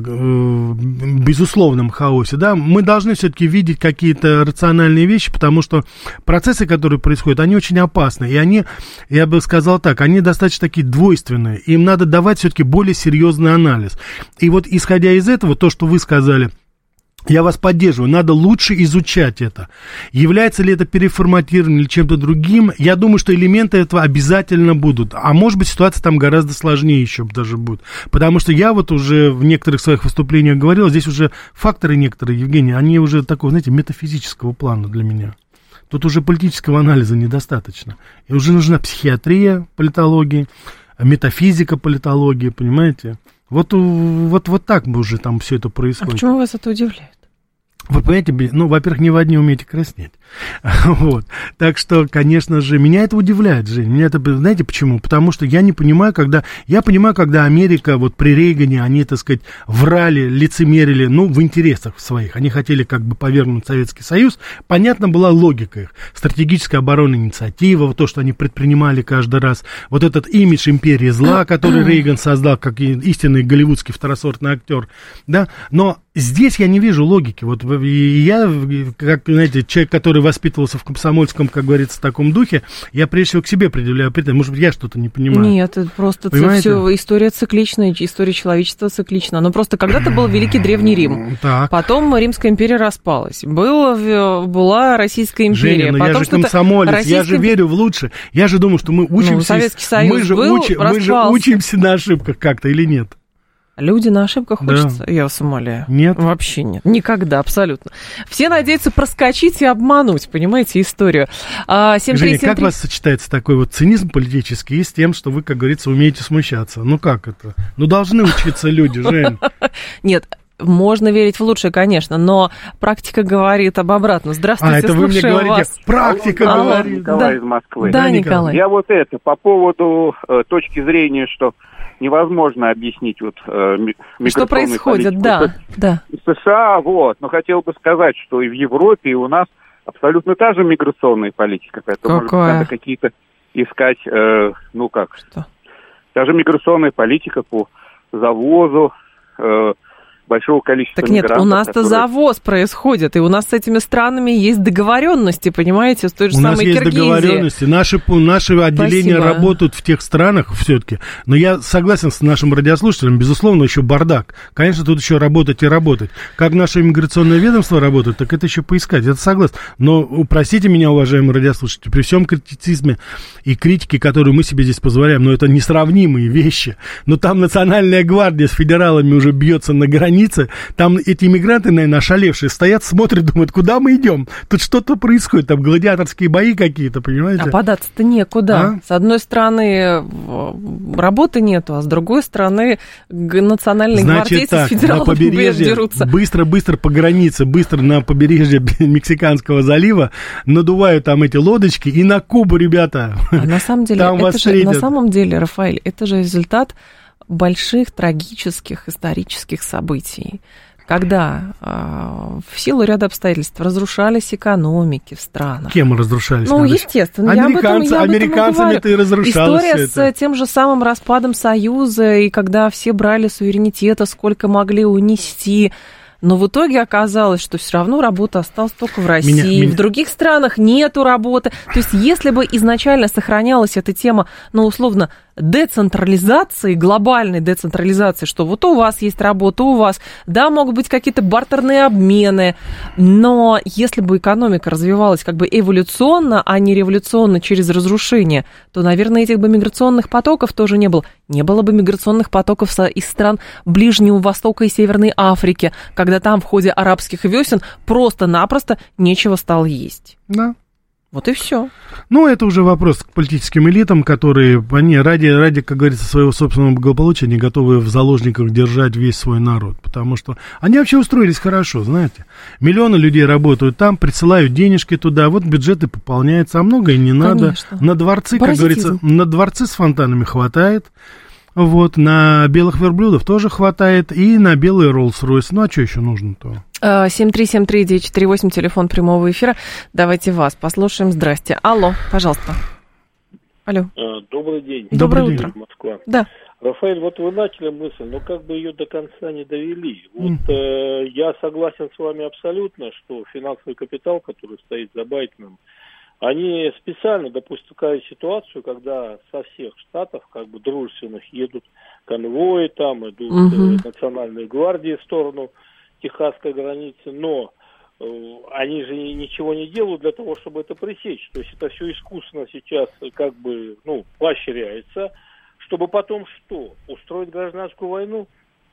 [SPEAKER 3] безусловном хаосе, да, мы должны все-таки видеть какие-то рациональные вещи, потому что процессы, которые происходят, они очень опасны, и они, я бы сказал так, они достаточно такие двойственные, им надо давать все-таки более серьезный анализ. И вот исходя из этого, то, что вы сказали, я вас поддерживаю, надо лучше изучать это. Является ли это переформатированием или чем-то другим? Я думаю, что элементы этого обязательно будут. А может быть, ситуация там гораздо сложнее еще даже будет. Потому что я вот уже в некоторых своих выступлениях говорил, здесь уже факторы некоторые, Евгений, они уже такого, знаете, метафизического плана для меня. Тут уже политического анализа недостаточно. И уже нужна психиатрия политологии, метафизика политологии, понимаете? Вот, вот, вот так бы уже там все это происходит.
[SPEAKER 2] А почему вас это удивляет?
[SPEAKER 3] Вы понимаете, ну, во-первых, ни в одни умеете краснеть. Вот. Так что, конечно же, меня это удивляет, Жень. Меня это, знаете, почему? Потому что я не понимаю, когда... Я понимаю, когда Америка, вот при Рейгане, они, так сказать, врали, лицемерили, ну, в интересах своих. Они хотели как бы повергнуть Советский Союз. Понятна была логика их. Стратегическая оборонная инициатива, вот то, что они предпринимали каждый раз. Вот этот имидж империи зла, который Рейган создал, как истинный голливудский второсортный актер. Да? Но здесь я не вижу логики. Вот и я, как, знаете, человек, который воспитывался в комсомольском, как говорится, таком духе, я прежде всего к себе предъявляю претензии. Может быть, я что-то не понимаю.
[SPEAKER 2] Нет, это просто все, история цикличная, история человечества циклична. Но просто когда-то был Великий Древний Рим. Так. Потом Римская империя распалась. Был, была Российская империя.
[SPEAKER 3] Женя, но
[SPEAKER 2] потом
[SPEAKER 3] я же комсомолец, Российская... я же верю в лучшее. Я же думаю, что мы учимся...
[SPEAKER 2] Ну, Советский Союз
[SPEAKER 3] мы же,
[SPEAKER 2] был,
[SPEAKER 3] учи, мы же учимся на ошибках как-то или нет?
[SPEAKER 2] Люди на ошибках
[SPEAKER 3] Да.
[SPEAKER 2] учатся, я вас умоляю.
[SPEAKER 3] Нет.
[SPEAKER 2] Вообще нет. Никогда, абсолютно. Все надеются проскочить и обмануть, понимаете, историю. А, семь три семь три...
[SPEAKER 3] Женя, как у вас сочетается такой вот цинизм политический и с тем, что вы, как говорится, умеете смущаться? Ну как это? Ну должны учиться люди, Жень.
[SPEAKER 2] Нет, можно верить в лучшее, конечно, но практика говорит об обратном. Здравствуйте,
[SPEAKER 3] А, это вы мне
[SPEAKER 2] слушаю
[SPEAKER 3] говорите,
[SPEAKER 2] вас.
[SPEAKER 3] практика
[SPEAKER 2] Алло.
[SPEAKER 3] говорит.
[SPEAKER 6] Николай
[SPEAKER 2] Да.
[SPEAKER 6] из Москвы.
[SPEAKER 2] Да,
[SPEAKER 3] Да,
[SPEAKER 2] Николай.
[SPEAKER 6] Я вот это, по поводу э, точки зрения, что невозможно объяснить вот э, ми-
[SPEAKER 2] Что
[SPEAKER 6] миграционную
[SPEAKER 2] происходит,
[SPEAKER 6] политику
[SPEAKER 2] да, да.
[SPEAKER 6] в США, вот. Но хотел бы сказать, что и в Европе, и у нас абсолютно та же миграционная политика. Поэтому, может быть,
[SPEAKER 2] Какая?
[SPEAKER 6] надо какие-то искать, э, ну как,
[SPEAKER 2] Что?
[SPEAKER 6] та же миграционная политика по завозу э, большого количества
[SPEAKER 2] Так нет,
[SPEAKER 6] мигрантов.
[SPEAKER 2] у нас-то
[SPEAKER 6] которые-
[SPEAKER 2] завоз происходит, и у нас с этими странами есть договоренности, понимаете, с той же
[SPEAKER 3] У нас
[SPEAKER 2] самой
[SPEAKER 3] есть
[SPEAKER 2] Киргизией.
[SPEAKER 3] договоренности, наши, пу- наши отделения
[SPEAKER 2] Спасибо.
[SPEAKER 3] работают в тех странах все-таки. Но я согласен с нашим радиослушателем, безусловно, еще бардак. Конечно, тут еще работать и работать. Как наше иммиграционное ведомство работает, так это еще поискать, это согласен. Но простите меня, уважаемые радиослушатели, при всем критицизме и критике, которую мы себе здесь позволяем, но это несравнимые вещи. Но там Национальная гвардия с федералами уже бьется на границе. Там эти иммигранты, наверное, ошалевшие, стоят, смотрят, думают, куда мы идем? Тут что-то происходит, там гладиаторские бои какие-то, понимаете?
[SPEAKER 2] А податься-то некуда.
[SPEAKER 3] А?
[SPEAKER 2] С одной стороны, в- работы нету, а с другой стороны, г- национальные
[SPEAKER 3] Значит
[SPEAKER 2] гвардейцы
[SPEAKER 3] так,
[SPEAKER 2] с федералами
[SPEAKER 3] на побережье,
[SPEAKER 2] дерутся.
[SPEAKER 3] быстро-быстро по границе, быстро на побережье Мексиканского залива надувают там эти лодочки, и на Кубу, ребята.
[SPEAKER 2] А на самом деле,
[SPEAKER 3] Там вас
[SPEAKER 2] это же, на
[SPEAKER 3] встретят.
[SPEAKER 2] самом деле, Рафаэль, это же результат больших трагических исторических событий, когда э, в силу ряда обстоятельств разрушались экономики в странах.
[SPEAKER 3] Кем разрушались?
[SPEAKER 2] Ну,
[SPEAKER 3] надо?
[SPEAKER 2] естественно, я об этом,
[SPEAKER 3] Американцы,
[SPEAKER 2] я об этом и
[SPEAKER 3] американцами
[SPEAKER 2] говорю.
[SPEAKER 3] это и разрушалось
[SPEAKER 2] История
[SPEAKER 3] всё это.
[SPEAKER 2] с тем же самым распадом Союза, и когда все брали суверенитета, сколько могли унести. Но в итоге оказалось, что все равно работа осталась только в России.
[SPEAKER 3] Меня- меня-
[SPEAKER 2] В других странах нету работы. То есть, если бы изначально сохранялась эта тема, ну, условно, децентрализации, глобальной децентрализации, что вот у вас есть работа, у вас, да, могут быть какие-то бартерные обмены, но если бы экономика развивалась как бы эволюционно, а не революционно через разрушение, то, наверное, этих бы миграционных потоков тоже не было. Не было бы миграционных потоков со- из стран Ближнего Востока и Северной Африки, когда там в ходе арабских весен просто-напросто нечего стало есть.
[SPEAKER 3] Да.
[SPEAKER 2] Вот и все.
[SPEAKER 3] Ну, это уже вопрос к политическим элитам, которые, они ради, ради, как говорится, своего собственного благополучия не готовы в заложниках держать весь свой народ. Потому что они вообще устроились хорошо, знаете. Миллионы людей работают там, присылают денежки туда, вот бюджеты пополняются, а много и не надо.
[SPEAKER 2] Конечно.
[SPEAKER 3] На дворцы, как
[SPEAKER 2] Паразитизм.
[SPEAKER 3] говорится, на дворцы с фонтанами хватает. Вот, на белых верблюдов тоже хватает, и на белый Роллс-Ройс. Ну, а что еще нужно-то?
[SPEAKER 2] семь три семь три девять четыре восемь, телефон прямого эфира. Давайте вас послушаем. Здрасте. Алло, пожалуйста. Алло.
[SPEAKER 7] Добрый день.
[SPEAKER 2] Доброе
[SPEAKER 3] Добрый
[SPEAKER 2] утро.
[SPEAKER 7] Москва.
[SPEAKER 2] Да.
[SPEAKER 7] Рафаэль, вот вы начали мысль, но как бы ее до конца не довели. Вот э, я согласен с вами абсолютно, что финансовый капитал, который стоит за Байденом, они специально допускают ситуацию, когда со всех штатов, как бы дружественных, едут конвои, там идут
[SPEAKER 2] Мгм.
[SPEAKER 7] э, национальные гвардии в сторону техасской границы, но э, они же ничего не делают для того, чтобы это пресечь. То есть это все искусственно сейчас э, как бы, ну, поощряется, чтобы потом что? Устроить гражданскую войну?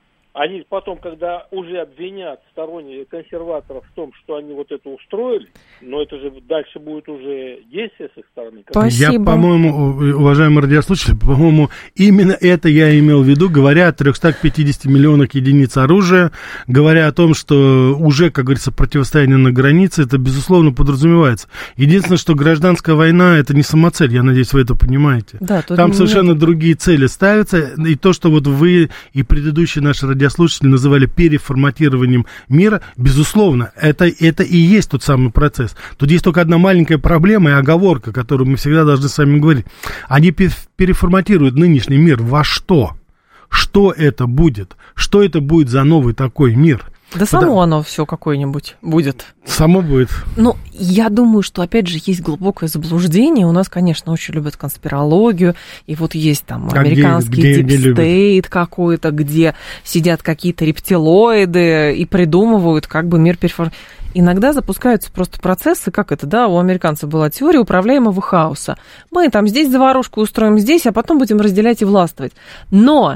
[SPEAKER 7] Они потом, когда уже обвинят сторонние консерваторов в том, что они вот это устроили, но это же дальше будет уже действие с их стороны.
[SPEAKER 2] Спасибо.
[SPEAKER 3] Я, по-моему, уважаемые радиослушатели, по-моему, именно это я имел в виду, говоря о трехстах пятидесяти миллионах единиц оружия, говоря о том, что уже, как говорится, противостояние на границе, это, безусловно, подразумевается. Единственное, что гражданская война, это не самоцель, я надеюсь, вы это понимаете.
[SPEAKER 2] Да, тут
[SPEAKER 3] Там
[SPEAKER 2] нет.
[SPEAKER 3] совершенно другие цели ставятся, и то, что вот вы и предыдущие наши радиослушатели называли переформатированием мира, безусловно, это, это и есть тот самый процесс. Тут есть только одна маленькая проблема и оговорка, которую мы всегда должны с вами говорить. Они пе- переформатируют нынешний мир во что? Что это будет? Что это будет за новый такой мир?
[SPEAKER 2] Да само оно все какое-нибудь будет.
[SPEAKER 3] Само будет.
[SPEAKER 2] Ну, я думаю, что, опять же, есть глубокое заблуждение. У нас, конечно, очень любят конспирологию. И вот есть там
[SPEAKER 3] А
[SPEAKER 2] американский
[SPEAKER 3] где- где- где
[SPEAKER 2] дипстейт какой-то, где сидят какие-то рептилоиды и придумывают, как бы мир переформировать. Иногда запускаются просто процессы, как это, да, у американцев была теория управляемого хаоса. Мы там здесь заварушку устроим здесь, а потом будем разделять и властвовать. Но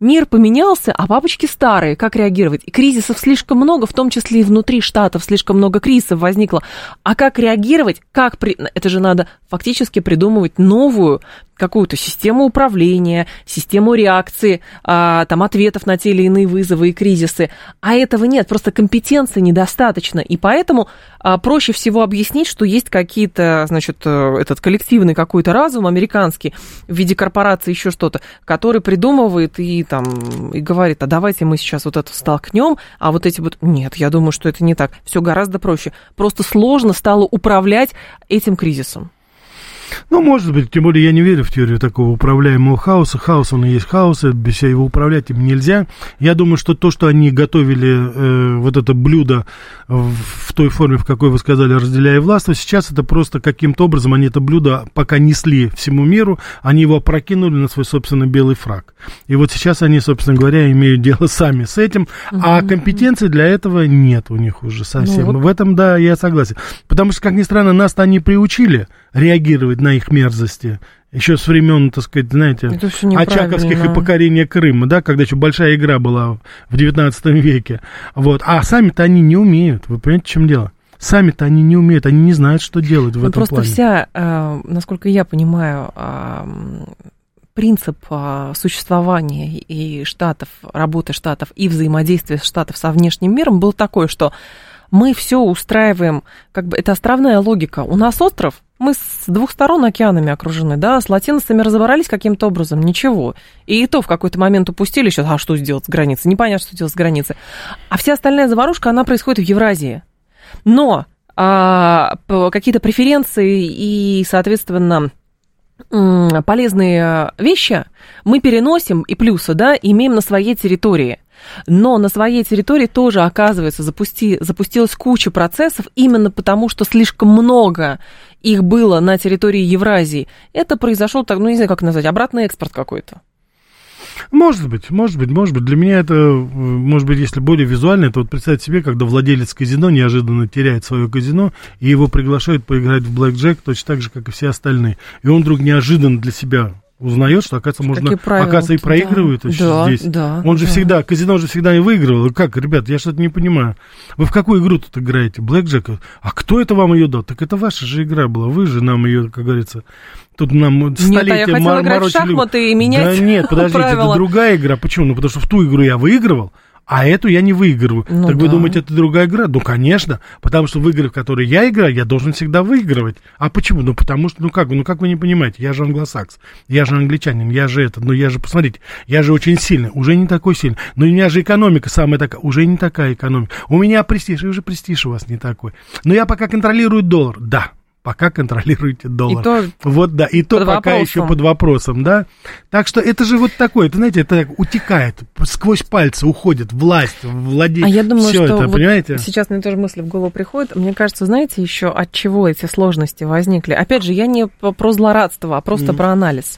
[SPEAKER 2] Мир поменялся, а папочки старые. Как реагировать? И кризисов слишком много, в том числе и внутри штатов слишком много кризисов возникло. А как реагировать? Как при... Это же надо фактически придумывать новую какую-то систему управления, систему реакции, а, там, ответов на те или иные вызовы и кризисы. А этого нет, просто компетенции недостаточно. И поэтому а, проще всего объяснить, что есть какие-то, значит, этот коллективный какой-то разум американский в виде корпорации, еще что-то, который придумывает и, там, и говорит, а давайте мы сейчас вот это столкнем, а вот эти вот... Нет, я думаю, что это не так. Все гораздо проще. Просто сложно стало управлять этим кризисом.
[SPEAKER 3] Ну, может быть, тем более я не верю в теорию такого управляемого хаоса. Хаос, он и есть хаос, без всего его управлять им нельзя. Я думаю, что то, что они готовили э, вот это блюдо в, в той форме, в какой вы сказали, разделяя власть, сейчас это просто каким-то образом они это блюдо пока несли всему миру, они его опрокинули на свой собственный белый фраг. И вот сейчас они, собственно говоря, имеют дело сами с этим, uh-huh. а компетенции для этого нет у них уже совсем. Ну, вот... В этом, да, я согласен. Потому что, как ни странно, нас-то они приучили реагировать на их мерзости. Еще с времен, так сказать, знаете, очаковских и покорения Крыма, да, когда еще большая игра была в девятнадцатом веке. Вот. А сами-то они не умеют. Вы понимаете, в чем дело? Сами-то они не умеют, они не знают, что делать в
[SPEAKER 2] ну,
[SPEAKER 3] этом
[SPEAKER 2] просто
[SPEAKER 3] плане.
[SPEAKER 2] Просто вся, э, насколько я понимаю, э, принцип э, существования и штатов, работы штатов и взаимодействия штатов со внешним миром был такой, что мы все устраиваем, как бы это островная логика. У нас остров, мы с двух сторон океанами окружены, да, с латиносами разобрались каким-то образом, ничего. И то в какой-то момент упустили сейчас, а что сделать с границей? Непонятно, что делать с границей. А вся остальная заварушка, она происходит в Евразии. Но а, какие-то преференции и, соответственно, полезные вещи мы переносим и плюсы, да, имеем на своей территории. Но на своей территории тоже, оказывается, запусти, запустилась куча процессов именно потому, что слишком много их было на территории Евразии. Это произошел, так, ну, не знаю, как назвать, обратный экспорт какой-то.
[SPEAKER 3] Может быть, может быть, может быть. Для меня это, может быть, если более визуально, это вот представьте себе, когда владелец казино неожиданно теряет свое казино, и его приглашают поиграть в блэкджек точно так же, как и все остальные. И он вдруг неожиданно для себя узнает, что, оказывается, можно, оказывается, и проигрывают
[SPEAKER 2] да,
[SPEAKER 3] здесь.
[SPEAKER 2] Да,
[SPEAKER 3] он же
[SPEAKER 2] да.
[SPEAKER 3] всегда, казино же всегда и выигрывал. Как, ребят, я что-то не понимаю. Вы в какую игру тут играете? Блэкджек? А кто это вам ее дал? Так это ваша же игра была. Вы же нам ее, как говорится, тут нам столетия
[SPEAKER 2] нет, а я хотела
[SPEAKER 3] мор-
[SPEAKER 2] играть в шахматы и менять
[SPEAKER 3] Да нет, подождите,
[SPEAKER 2] правила.
[SPEAKER 3] Это другая игра. Почему? Ну, потому что в ту игру я выигрывал, а эту я не выигрываю.
[SPEAKER 2] Ну,
[SPEAKER 3] так
[SPEAKER 2] да.
[SPEAKER 3] вы думаете, это другая игра? Ну, конечно, потому что в игры, в которые я играю, я должен всегда выигрывать. А почему? Ну, потому что, ну как, ну как вы не понимаете, я же англосакс, я же англичанин, я же это, ну я же, посмотрите, я же очень сильный, уже не такой сильный. Но у меня же экономика самая такая, уже не такая экономика. У меня престиж, и уже престиж у вас не такой. Но я пока контролирую доллар, да. Пока контролируете доллар.
[SPEAKER 2] И то
[SPEAKER 3] вот, да, и то пока вопросом. Еще под вопросом, да. Так что это же вот такое, это, знаете, это утекает, сквозь пальцы уходит власть, владение.
[SPEAKER 2] А я думаю,
[SPEAKER 3] всё
[SPEAKER 2] что
[SPEAKER 3] это,
[SPEAKER 2] вот
[SPEAKER 3] понимаете?
[SPEAKER 2] Сейчас мне тоже мысли в голову приходят. Мне кажется, знаете, еще от чего эти сложности возникли? Опять же, я не про злорадство, а просто mm-hmm. про анализ.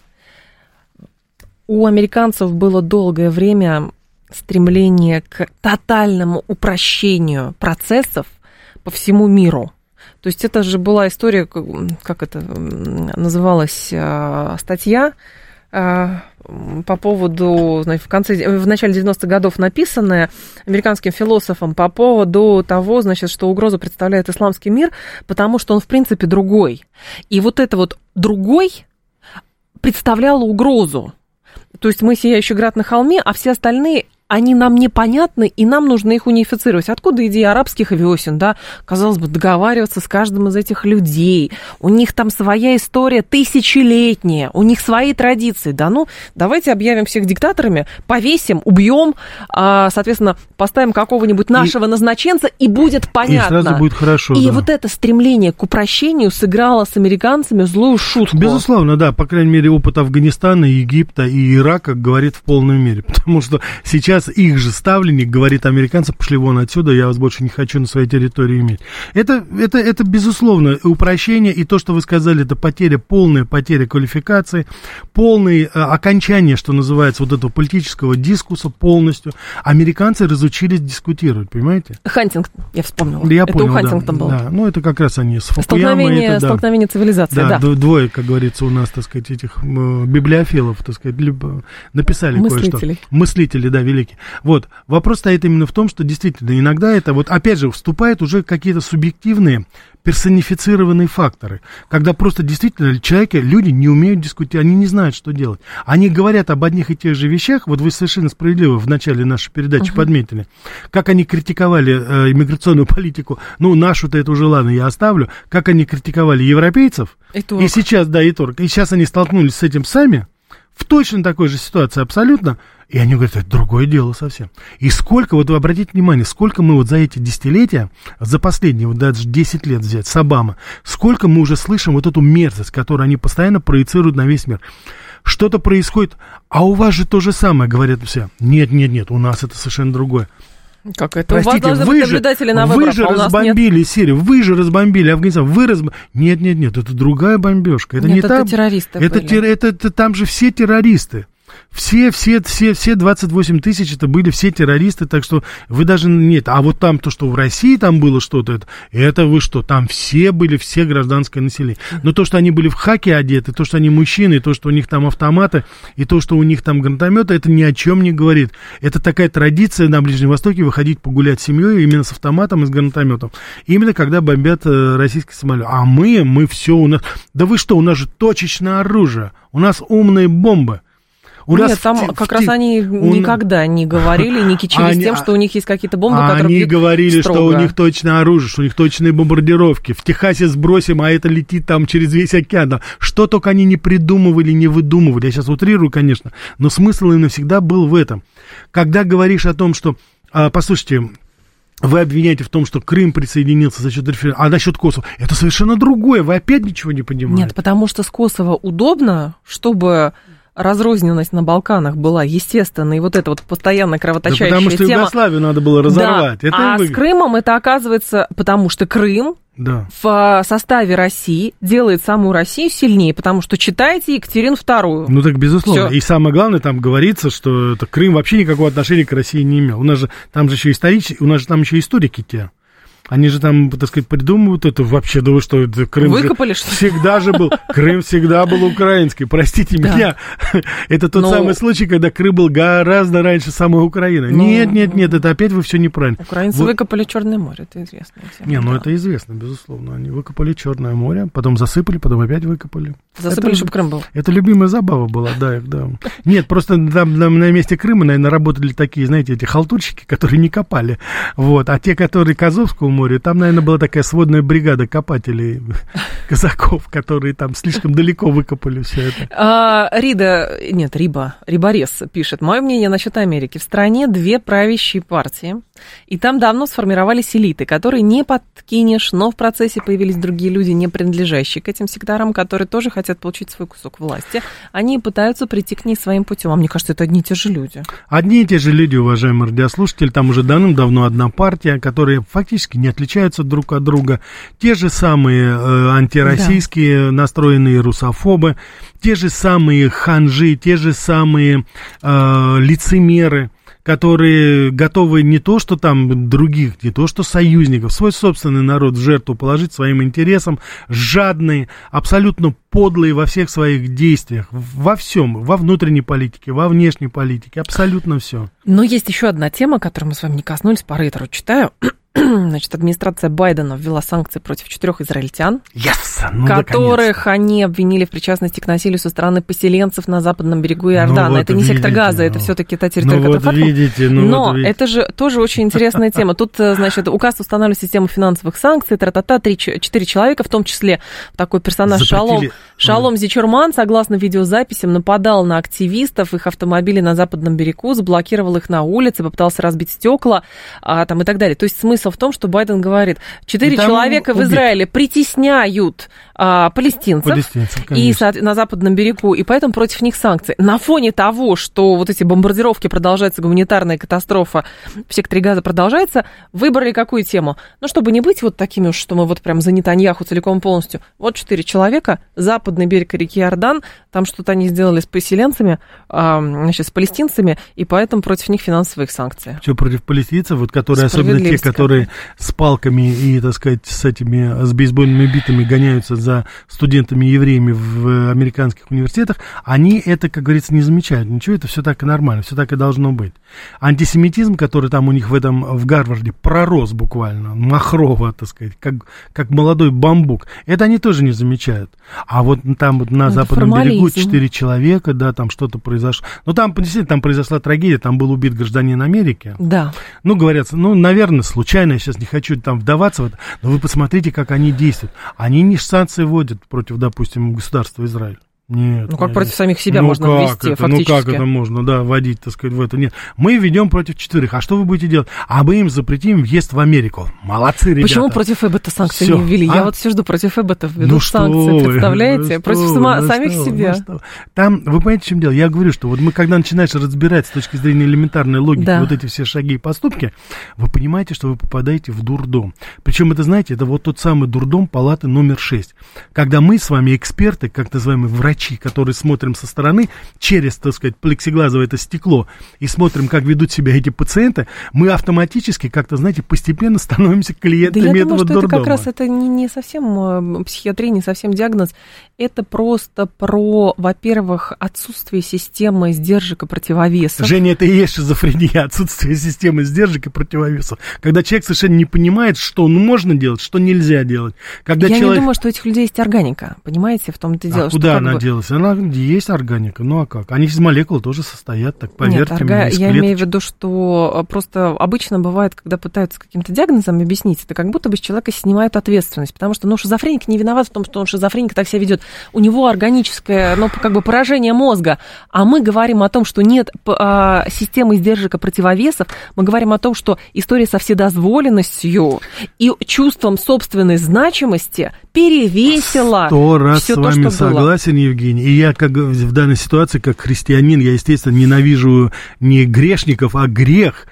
[SPEAKER 2] У американцев было долгое время стремление к тотальному упрощению процессов по всему миру. То есть это же была история, как это называлась, статья по поводу, значит, в конце, в начале девяностых годов написанная американским философом по поводу того, значит, что угрозу представляет исламский мир, потому что он, в принципе, другой. И вот это вот другой представляло угрозу. То есть мы сияющий град на холме, а все остальные... они нам непонятны, и нам нужно их унифицировать. Откуда идея арабских весен, да? Казалось бы, договариваться с каждым из этих людей. У них там своя история тысячелетняя, у них свои традиции. Да ну, давайте объявим всех диктаторами, повесим, убьем, соответственно, поставим какого-нибудь нашего и, назначенца, и будет понятно.
[SPEAKER 3] И сразу будет хорошо,
[SPEAKER 2] И
[SPEAKER 3] да.
[SPEAKER 2] вот это стремление к упрощению сыграло с американцами злую шутку.
[SPEAKER 3] Безусловно, да. По крайней мере, опыт Афганистана, Египта и Ирака говорит в полной мере. Потому что сейчас раз их же ставленник говорит американцам: пошли вон отсюда, я вас больше не хочу на своей территории иметь. Это, это, это безусловно, упрощение, и то, что вы сказали, это потеря, полная потеря квалификации, полное а, окончание, что называется, вот этого политического дискурса полностью. Американцы разучились дискутировать, понимаете?
[SPEAKER 2] Хантингтон, я вспомнила.
[SPEAKER 3] Я
[SPEAKER 2] это
[SPEAKER 3] понял,
[SPEAKER 2] у Хантингтона
[SPEAKER 3] да,
[SPEAKER 2] было.
[SPEAKER 3] Да, ну это как раз они с Фукуямой.
[SPEAKER 2] Столкновение,
[SPEAKER 3] это, да.
[SPEAKER 2] столкновение цивилизации,
[SPEAKER 3] да.
[SPEAKER 2] Да,
[SPEAKER 3] двое, как говорится, у нас, так сказать, этих э, библиофилов, так сказать, либо написали
[SPEAKER 2] Мыслителей.
[SPEAKER 3] кое-что. Мыслители, да, великие. Вот, вопрос стоит именно в том, что действительно иногда это, вот опять же, вступают уже какие-то субъективные, персонифицированные факторы, когда просто действительно человеки, люди не умеют дискутировать, они не знают, что делать. Они говорят об одних и тех же вещах, вот вы совершенно справедливо в начале нашей передачи uh-huh. подметили, как они критиковали э, иммиграционную политику, ну, нашу-то это уже ладно, я оставлю, как они критиковали европейцев, и, и сейчас, да, и торг, и сейчас они столкнулись с этим сами, в точно такой же ситуации абсолютно, и они говорят, это другое дело совсем. И сколько, вот вы обратите внимание, сколько мы вот за эти десятилетия, за последние вот даже десять лет взять с Обамы, сколько мы уже слышим вот эту мерзость, которую они постоянно проецируют на весь мир. Что-то происходит, а у вас же то же самое, говорят все. Нет, нет, нет, у нас это совершенно другое.
[SPEAKER 2] Как это?
[SPEAKER 3] Простите,
[SPEAKER 2] у вас
[SPEAKER 3] вы же,
[SPEAKER 2] на
[SPEAKER 3] вы
[SPEAKER 2] выборах,
[SPEAKER 3] же
[SPEAKER 2] а у нас
[SPEAKER 3] разбомбили
[SPEAKER 2] нет.
[SPEAKER 3] Сирию, вы же разбомбили Афганистан, вы разбомбили... Нет, нет, нет, это другая бомбежка. Это
[SPEAKER 2] нет,
[SPEAKER 3] не
[SPEAKER 2] это
[SPEAKER 3] там,
[SPEAKER 2] террористы
[SPEAKER 3] это,
[SPEAKER 2] были.
[SPEAKER 3] Тер, это, это там же все террористы. Все, все, все, все двадцать восемь тысяч это были все террористы, так что вы даже нет. А вот там то, что в России там было что-то, это, это вы что? Там все были, все гражданское население. Но то, что они были в хаке одеты, то, что они мужчины, то, что у них там автоматы, и то, что у них там гранатометы, это ни о чем не говорит. Это такая традиция на Ближнем Востоке выходить погулять с семьей именно с автоматом и с гранатометом. Именно когда бомбят э, российский самолет. А мы, мы все у нас... Да вы что, у нас же точечное оружие, у нас умные бомбы. У
[SPEAKER 2] Нет,
[SPEAKER 3] нас
[SPEAKER 2] там
[SPEAKER 3] в,
[SPEAKER 2] как
[SPEAKER 3] в,
[SPEAKER 2] раз
[SPEAKER 3] в,
[SPEAKER 2] они
[SPEAKER 3] у...
[SPEAKER 2] никогда не говорили, не кичились
[SPEAKER 3] они,
[SPEAKER 2] тем, что у них есть какие-то бомбы,
[SPEAKER 3] они
[SPEAKER 2] которые бьют
[SPEAKER 3] говорили,
[SPEAKER 2] строго.
[SPEAKER 3] Что у них точное оружие, что у них точные бомбардировки. В Техасе сбросим, а это летит там через весь океан. Что только они не придумывали, не выдумывали. Я сейчас утрирую, конечно, но смысл и навсегда был в этом. Когда говоришь о том, что... А, послушайте... Вы обвиняете в том, что Крым присоединился за счет референдума, а насчет Косово, это совершенно другое, вы опять ничего не понимаете.
[SPEAKER 2] Нет, потому что с Косово удобно, чтобы разрозненность на Балканах была естественной, и вот эта вот постоянно кровоточащая тема.
[SPEAKER 3] Да потому что
[SPEAKER 2] тема...
[SPEAKER 3] Югославию надо было разорвать.
[SPEAKER 2] Да,
[SPEAKER 3] это
[SPEAKER 2] а с Крымом это оказывается, потому что Крым
[SPEAKER 3] да.
[SPEAKER 2] в составе России делает саму Россию сильнее, потому что читайте Екатерину вторую.
[SPEAKER 3] Ну так безусловно.
[SPEAKER 2] Всё.
[SPEAKER 3] И самое главное, там говорится, что это Крым вообще никакого отношения к России не имел. У нас же там же еще исторически, у нас же там еще историки те. Они же там, так сказать, придумывают это вообще, думаю, что это Крым
[SPEAKER 2] Выкопали,
[SPEAKER 3] же
[SPEAKER 2] что
[SPEAKER 3] всегда же был, Крым всегда был украинский, простите
[SPEAKER 2] да.
[SPEAKER 3] меня. Это тот
[SPEAKER 2] Но...
[SPEAKER 3] самый случай, когда Крым был гораздо раньше самой Украины. Но... Нет, нет, нет, это опять вы все неправильно.
[SPEAKER 2] Украинцы
[SPEAKER 3] вы...
[SPEAKER 2] выкопали Черное море, это известно.
[SPEAKER 3] Не, ну да. это известно, безусловно. Они выкопали Черное море, потом засыпали, потом опять выкопали.
[SPEAKER 2] Засыпали,
[SPEAKER 3] это...
[SPEAKER 2] чтобы Крым был.
[SPEAKER 3] Это любимая забава была, да, да. Нет, просто там, там на месте Крыма, наверное, работали такие, знаете, эти халтурщики, которые не копали. Вот. А те, которые к Азовскому морю, там, наверное, была такая сводная бригада копателей, казаков, которые там слишком далеко выкопали все это.
[SPEAKER 2] А, Рида, нет, Риба, Риборез пишет. Мое мнение насчет Америки. В стране две правящие партии, и там давно сформировались элиты, которые не подкинешь, но в процессе появились другие люди, не принадлежащие к этим секторам, которые тоже хотят получить свой кусок власти. Они пытаются прийти к ней своим путем. А мне кажется, это одни и те же люди.
[SPEAKER 3] Одни и те же люди, уважаемые радиослушатели. Там уже давным-давно одна партия, которые фактически не отличаются друг от друга. Те же самые э, антироссийские, да. настроенные русофобы, те же самые ханжи, те же самые э, лицемеры, которые готовы не то, что там других, не то, что союзников, свой собственный народ в жертву положить своим интересам, жадные, абсолютно подлые во всех своих действиях, во всем, во внутренней политике, во внешней политике, абсолютно все.
[SPEAKER 2] Но есть еще одна тема, которую мы с вами не коснулись, по Рейтеру читаю. Значит, администрация Байдена ввела санкции против четырех израильтян,
[SPEAKER 3] yes, ну,
[SPEAKER 2] которых они обвинили в причастности к насилию со стороны поселенцев на западном берегу Иордана.
[SPEAKER 3] Ну, вот
[SPEAKER 2] это не
[SPEAKER 3] видите,
[SPEAKER 2] сектор Газа,
[SPEAKER 3] ну,
[SPEAKER 2] это все-таки та территория,
[SPEAKER 3] ну,
[SPEAKER 2] которая
[SPEAKER 3] вот видите, ну,
[SPEAKER 2] Но
[SPEAKER 3] вот видите.
[SPEAKER 2] это же тоже очень интересная тема. Тут, значит, указ устанавливает систему финансовых санкций, тра-та-та, четыре человека, в том числе такой персонаж Шалом, Шалом Зичурман, согласно видеозаписям, нападал на активистов, их автомобили на западном берегу, заблокировал их на улице, попытался разбить стекла а, там, и так далее. То есть смысл в том, что Байден говорит, четыре человека в Израиле притесняют а, палестинцев,
[SPEAKER 3] Палестинцев
[SPEAKER 2] и на западном берегу, и поэтому против них санкции. На фоне того, что вот эти бомбардировки продолжаются, гуманитарная катастрофа в секторе Газа продолжается, выбрали какую тему? Ну, чтобы не быть вот такими уж, что мы вот прям за Нетаньяху целиком полностью. Вот четыре человека, западный берег реки Иордан, там что-то они сделали с поселенцами, а, значит, с палестинцами, и поэтому против них финансовые санкции.
[SPEAKER 3] Что, против палестинцев, вот, которые, особенно те, которые с палками и, так сказать, с этими, с бейсбольными битами гоняются за студентами-евреями в американских университетах, они это, как говорится, не замечают. Ничего, это все так и нормально, все так и должно быть. Антисемитизм, который там у них в этом, в Гарварде, пророс буквально, махрово, так сказать, как, как молодой бамбук, это они тоже не замечают. А вот там вот на ну, западном берегу четыре человека, да, там что-то произошло. Ну, там, действительно, там произошла трагедия, там был убит гражданин Америки.
[SPEAKER 2] Да.
[SPEAKER 3] Ну, говорят, ну, наверное, случайно, я сейчас не хочу там вдаваться в это, но вы посмотрите, как они действуют. Они не санкции вводят против, допустим, государства Израиль. Нет.
[SPEAKER 2] Ну, как
[SPEAKER 3] нет.
[SPEAKER 2] против самих себя
[SPEAKER 3] ну,
[SPEAKER 2] можно ввести,
[SPEAKER 3] это?
[SPEAKER 2] фактически.
[SPEAKER 3] Ну, как это можно, да, вводить, так сказать, в это? Нет. Мы ведем против четверых. А что вы будете делать? А мы им запретим въезд в Америку. Молодцы, ребята.
[SPEAKER 2] Почему против Эббота санкции
[SPEAKER 3] Всё.
[SPEAKER 2] не ввели?
[SPEAKER 3] А?
[SPEAKER 2] Я вот все жду, против Эббота введут
[SPEAKER 3] ну,
[SPEAKER 2] санкции,
[SPEAKER 3] вы,
[SPEAKER 2] представляете?
[SPEAKER 3] Ну,
[SPEAKER 2] против
[SPEAKER 3] вы,
[SPEAKER 2] сама,
[SPEAKER 3] ну,
[SPEAKER 2] самих
[SPEAKER 3] что,
[SPEAKER 2] себя.
[SPEAKER 3] Ну, там, вы понимаете, в чем дело? Я говорю, что вот мы, когда начинаешь разбирать с точки зрения элементарной логики да. вот эти все шаги и поступки, вы понимаете, что вы попадаете в дурдом. Причем это, знаете, это вот тот самый дурдом палаты номер шесть. Когда мы с вами эксперты, как называемые врачи, которые смотрим со стороны, через, так сказать, плексиглазовое это стекло, и смотрим, как ведут себя эти пациенты, мы автоматически как-то, знаете, постепенно становимся клиентами
[SPEAKER 2] да я
[SPEAKER 3] этого
[SPEAKER 2] думаю, что
[SPEAKER 3] дурдома.
[SPEAKER 2] Это как раз это не, не совсем психиатрия, не совсем диагноз. Это просто про, во-первых, отсутствие системы сдержек и противовесов.
[SPEAKER 3] Женя, это и есть шизофрения, отсутствие системы сдержек и противовесов. Когда человек совершенно не понимает, что можно делать, что нельзя делать. Когда
[SPEAKER 2] я
[SPEAKER 3] человек...
[SPEAKER 2] не думаю, что у этих людей есть органика, понимаете, в том-то и дело.
[SPEAKER 3] А куда
[SPEAKER 2] что,
[SPEAKER 3] она
[SPEAKER 2] бы...
[SPEAKER 3] делась? Она есть органика, ну а как? Они из молекул тоже состоят, так поверьте
[SPEAKER 2] Нет,
[SPEAKER 3] мне,
[SPEAKER 2] орга...
[SPEAKER 3] из
[SPEAKER 2] я
[SPEAKER 3] клеточек.
[SPEAKER 2] имею в виду, что просто обычно бывает, когда пытаются каким-то диагнозом объяснить, это как будто бы с человека снимают ответственность, потому что, ну, шизофреник не виноват в том, что он шизофреник так себя ведет. У него органическое, ну, как бы поражение мозга, а мы говорим о том, что нет а, системы сдержек и противовесов, мы говорим о том, что история со вседозволенностью и чувством собственной значимости перевесила
[SPEAKER 3] Сто раз
[SPEAKER 2] всё
[SPEAKER 3] с
[SPEAKER 2] то,
[SPEAKER 3] вами
[SPEAKER 2] что
[SPEAKER 3] согласен,
[SPEAKER 2] было.
[SPEAKER 3] Евгений. И я, как в данной ситуации, как христианин, я, естественно, ненавижу не грешников, а грех.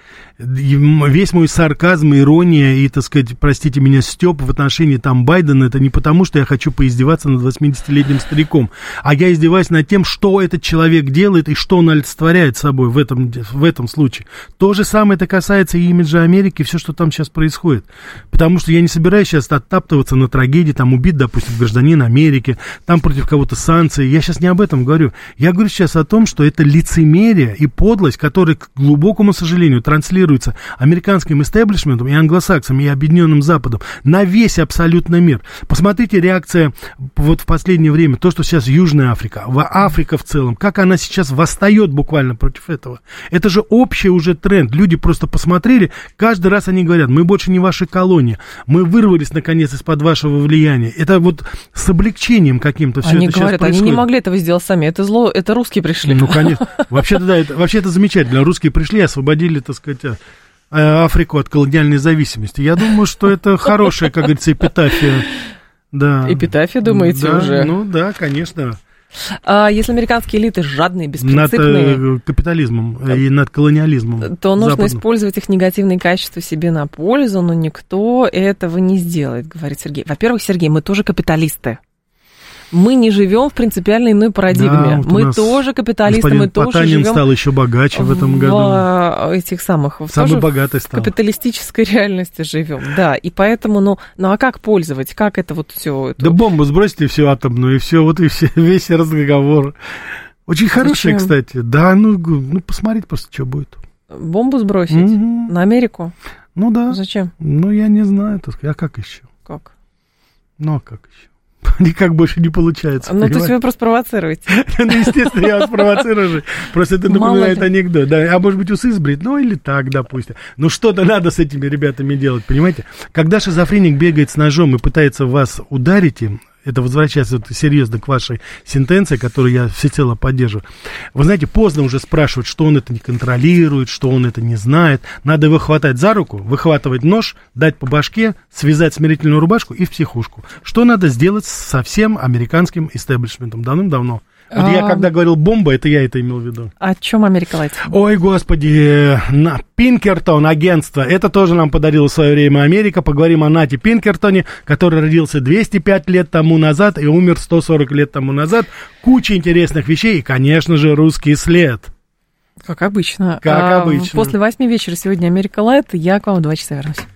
[SPEAKER 3] Весь мой сарказм, ирония и, так сказать, простите меня, стёб в отношении там Байдена, это не потому, что я хочу поиздеваться над восьмидесятилетним стариком, а я издеваюсь над тем, что этот человек делает и что он олицетворяет собой в этом, в этом случае. То же самое это касается и имиджа Америки, все, что там сейчас происходит. Потому что я не собираюсь сейчас оттаптываться на трагедии, там убит, допустим, гражданин Америки, там против кого-то санкции. Я сейчас не об этом говорю. Я говорю сейчас о том, что это лицемерие и подлость, которая, к глубокому сожалению, транслируется американским истеблишментом и англосаксам, и Объединенным Западом на весь абсолютно мир. Посмотрите реакция вот в последнее время, то, что сейчас Южная Африка, Африка в целом, как она сейчас восстает буквально против этого. Это же общий уже тренд. Люди просто посмотрели, каждый раз они говорят, мы больше не ваши колонии, мы вырвались наконец из-под вашего влияния. Это вот с облегчением каким-то все
[SPEAKER 2] они
[SPEAKER 3] это
[SPEAKER 2] говорят,
[SPEAKER 3] сейчас происходит.
[SPEAKER 2] Они не могли этого сделать сами, это зло, это русские пришли.
[SPEAKER 3] Ну, конечно. Вообще-то, да, это, вообще это замечательно. Русские пришли, освободили, так сказать, Африку от колониальной зависимости. Я думаю, что это хорошая, как говорится, эпитафия. Да.
[SPEAKER 2] Эпитафия, думаете,
[SPEAKER 3] да,
[SPEAKER 2] уже?
[SPEAKER 3] Ну, да, конечно.
[SPEAKER 2] А если американские элиты жадные, беспринципные...
[SPEAKER 3] Над капитализмом и над колониализмом.
[SPEAKER 2] То нужно
[SPEAKER 3] западным.
[SPEAKER 2] использовать их негативные качества себе на пользу, но никто этого не сделает, говорит Сергей. Во-первых, Сергей, мы тоже капиталисты. Мы не живем в принципиально иной парадигме. Да, вот мы тоже капиталисты, мы тоже
[SPEAKER 3] Потанин
[SPEAKER 2] живем
[SPEAKER 3] стал еще богаче в этом году.
[SPEAKER 2] В этих самых...
[SPEAKER 3] Самый богатый стал.
[SPEAKER 2] В капиталистической реальности живем, да. И поэтому, ну, ну а как пользовать? Как это вот все?
[SPEAKER 3] Да бомбу сбросьте всю атомную, и все, вот и все, весь разговор. Очень хороший, кстати. Да, ну, ну, посмотреть просто, что будет.
[SPEAKER 2] Бомбу сбросить?
[SPEAKER 3] Mm-hmm.
[SPEAKER 2] На Америку?
[SPEAKER 3] Ну да.
[SPEAKER 2] Зачем?
[SPEAKER 3] Ну, я не знаю, так сказать. А как еще?
[SPEAKER 2] Как?
[SPEAKER 3] Ну, а как еще? Никак больше не получается.
[SPEAKER 2] Ну, то есть вы просто провоцируете.
[SPEAKER 3] Ну, естественно, я вас провоцирую же. Просто это напоминает анекдот. Да, а может быть, усы сбрить? Ну, или так, допустим. Ну, что-то надо с этими ребятами делать, понимаете? Когда шизофреник бегает с ножом и пытается вас ударить им, это возвращается вот, серьезно к вашей сентенции, которую я всецело поддерживаю. Вы знаете, поздно уже спрашивать, что он это не контролирует, что он это не знает. Надо его хватать за руку, выхватывать нож, дать по башке, связать смирительную рубашку и в психушку. Что надо сделать со всем американским истеблишментом давным-давно? Вот я когда говорил бомба, это я это имел в виду.
[SPEAKER 2] О чем Америка Лайт?
[SPEAKER 3] Ой, господи, на Пинкертон агентство, это тоже нам подарила в свое время Америка. Поговорим о Нате Пинкертоне, который родился двести пять лет тому назад и умер сто сорок лет тому назад. Куча интересных вещей и, конечно же, русский след.
[SPEAKER 2] Как обычно.
[SPEAKER 3] Как
[SPEAKER 2] а,
[SPEAKER 3] обычно.
[SPEAKER 2] После восьми вечера сегодня Америка Лайт, я к вам в два часа вернусь.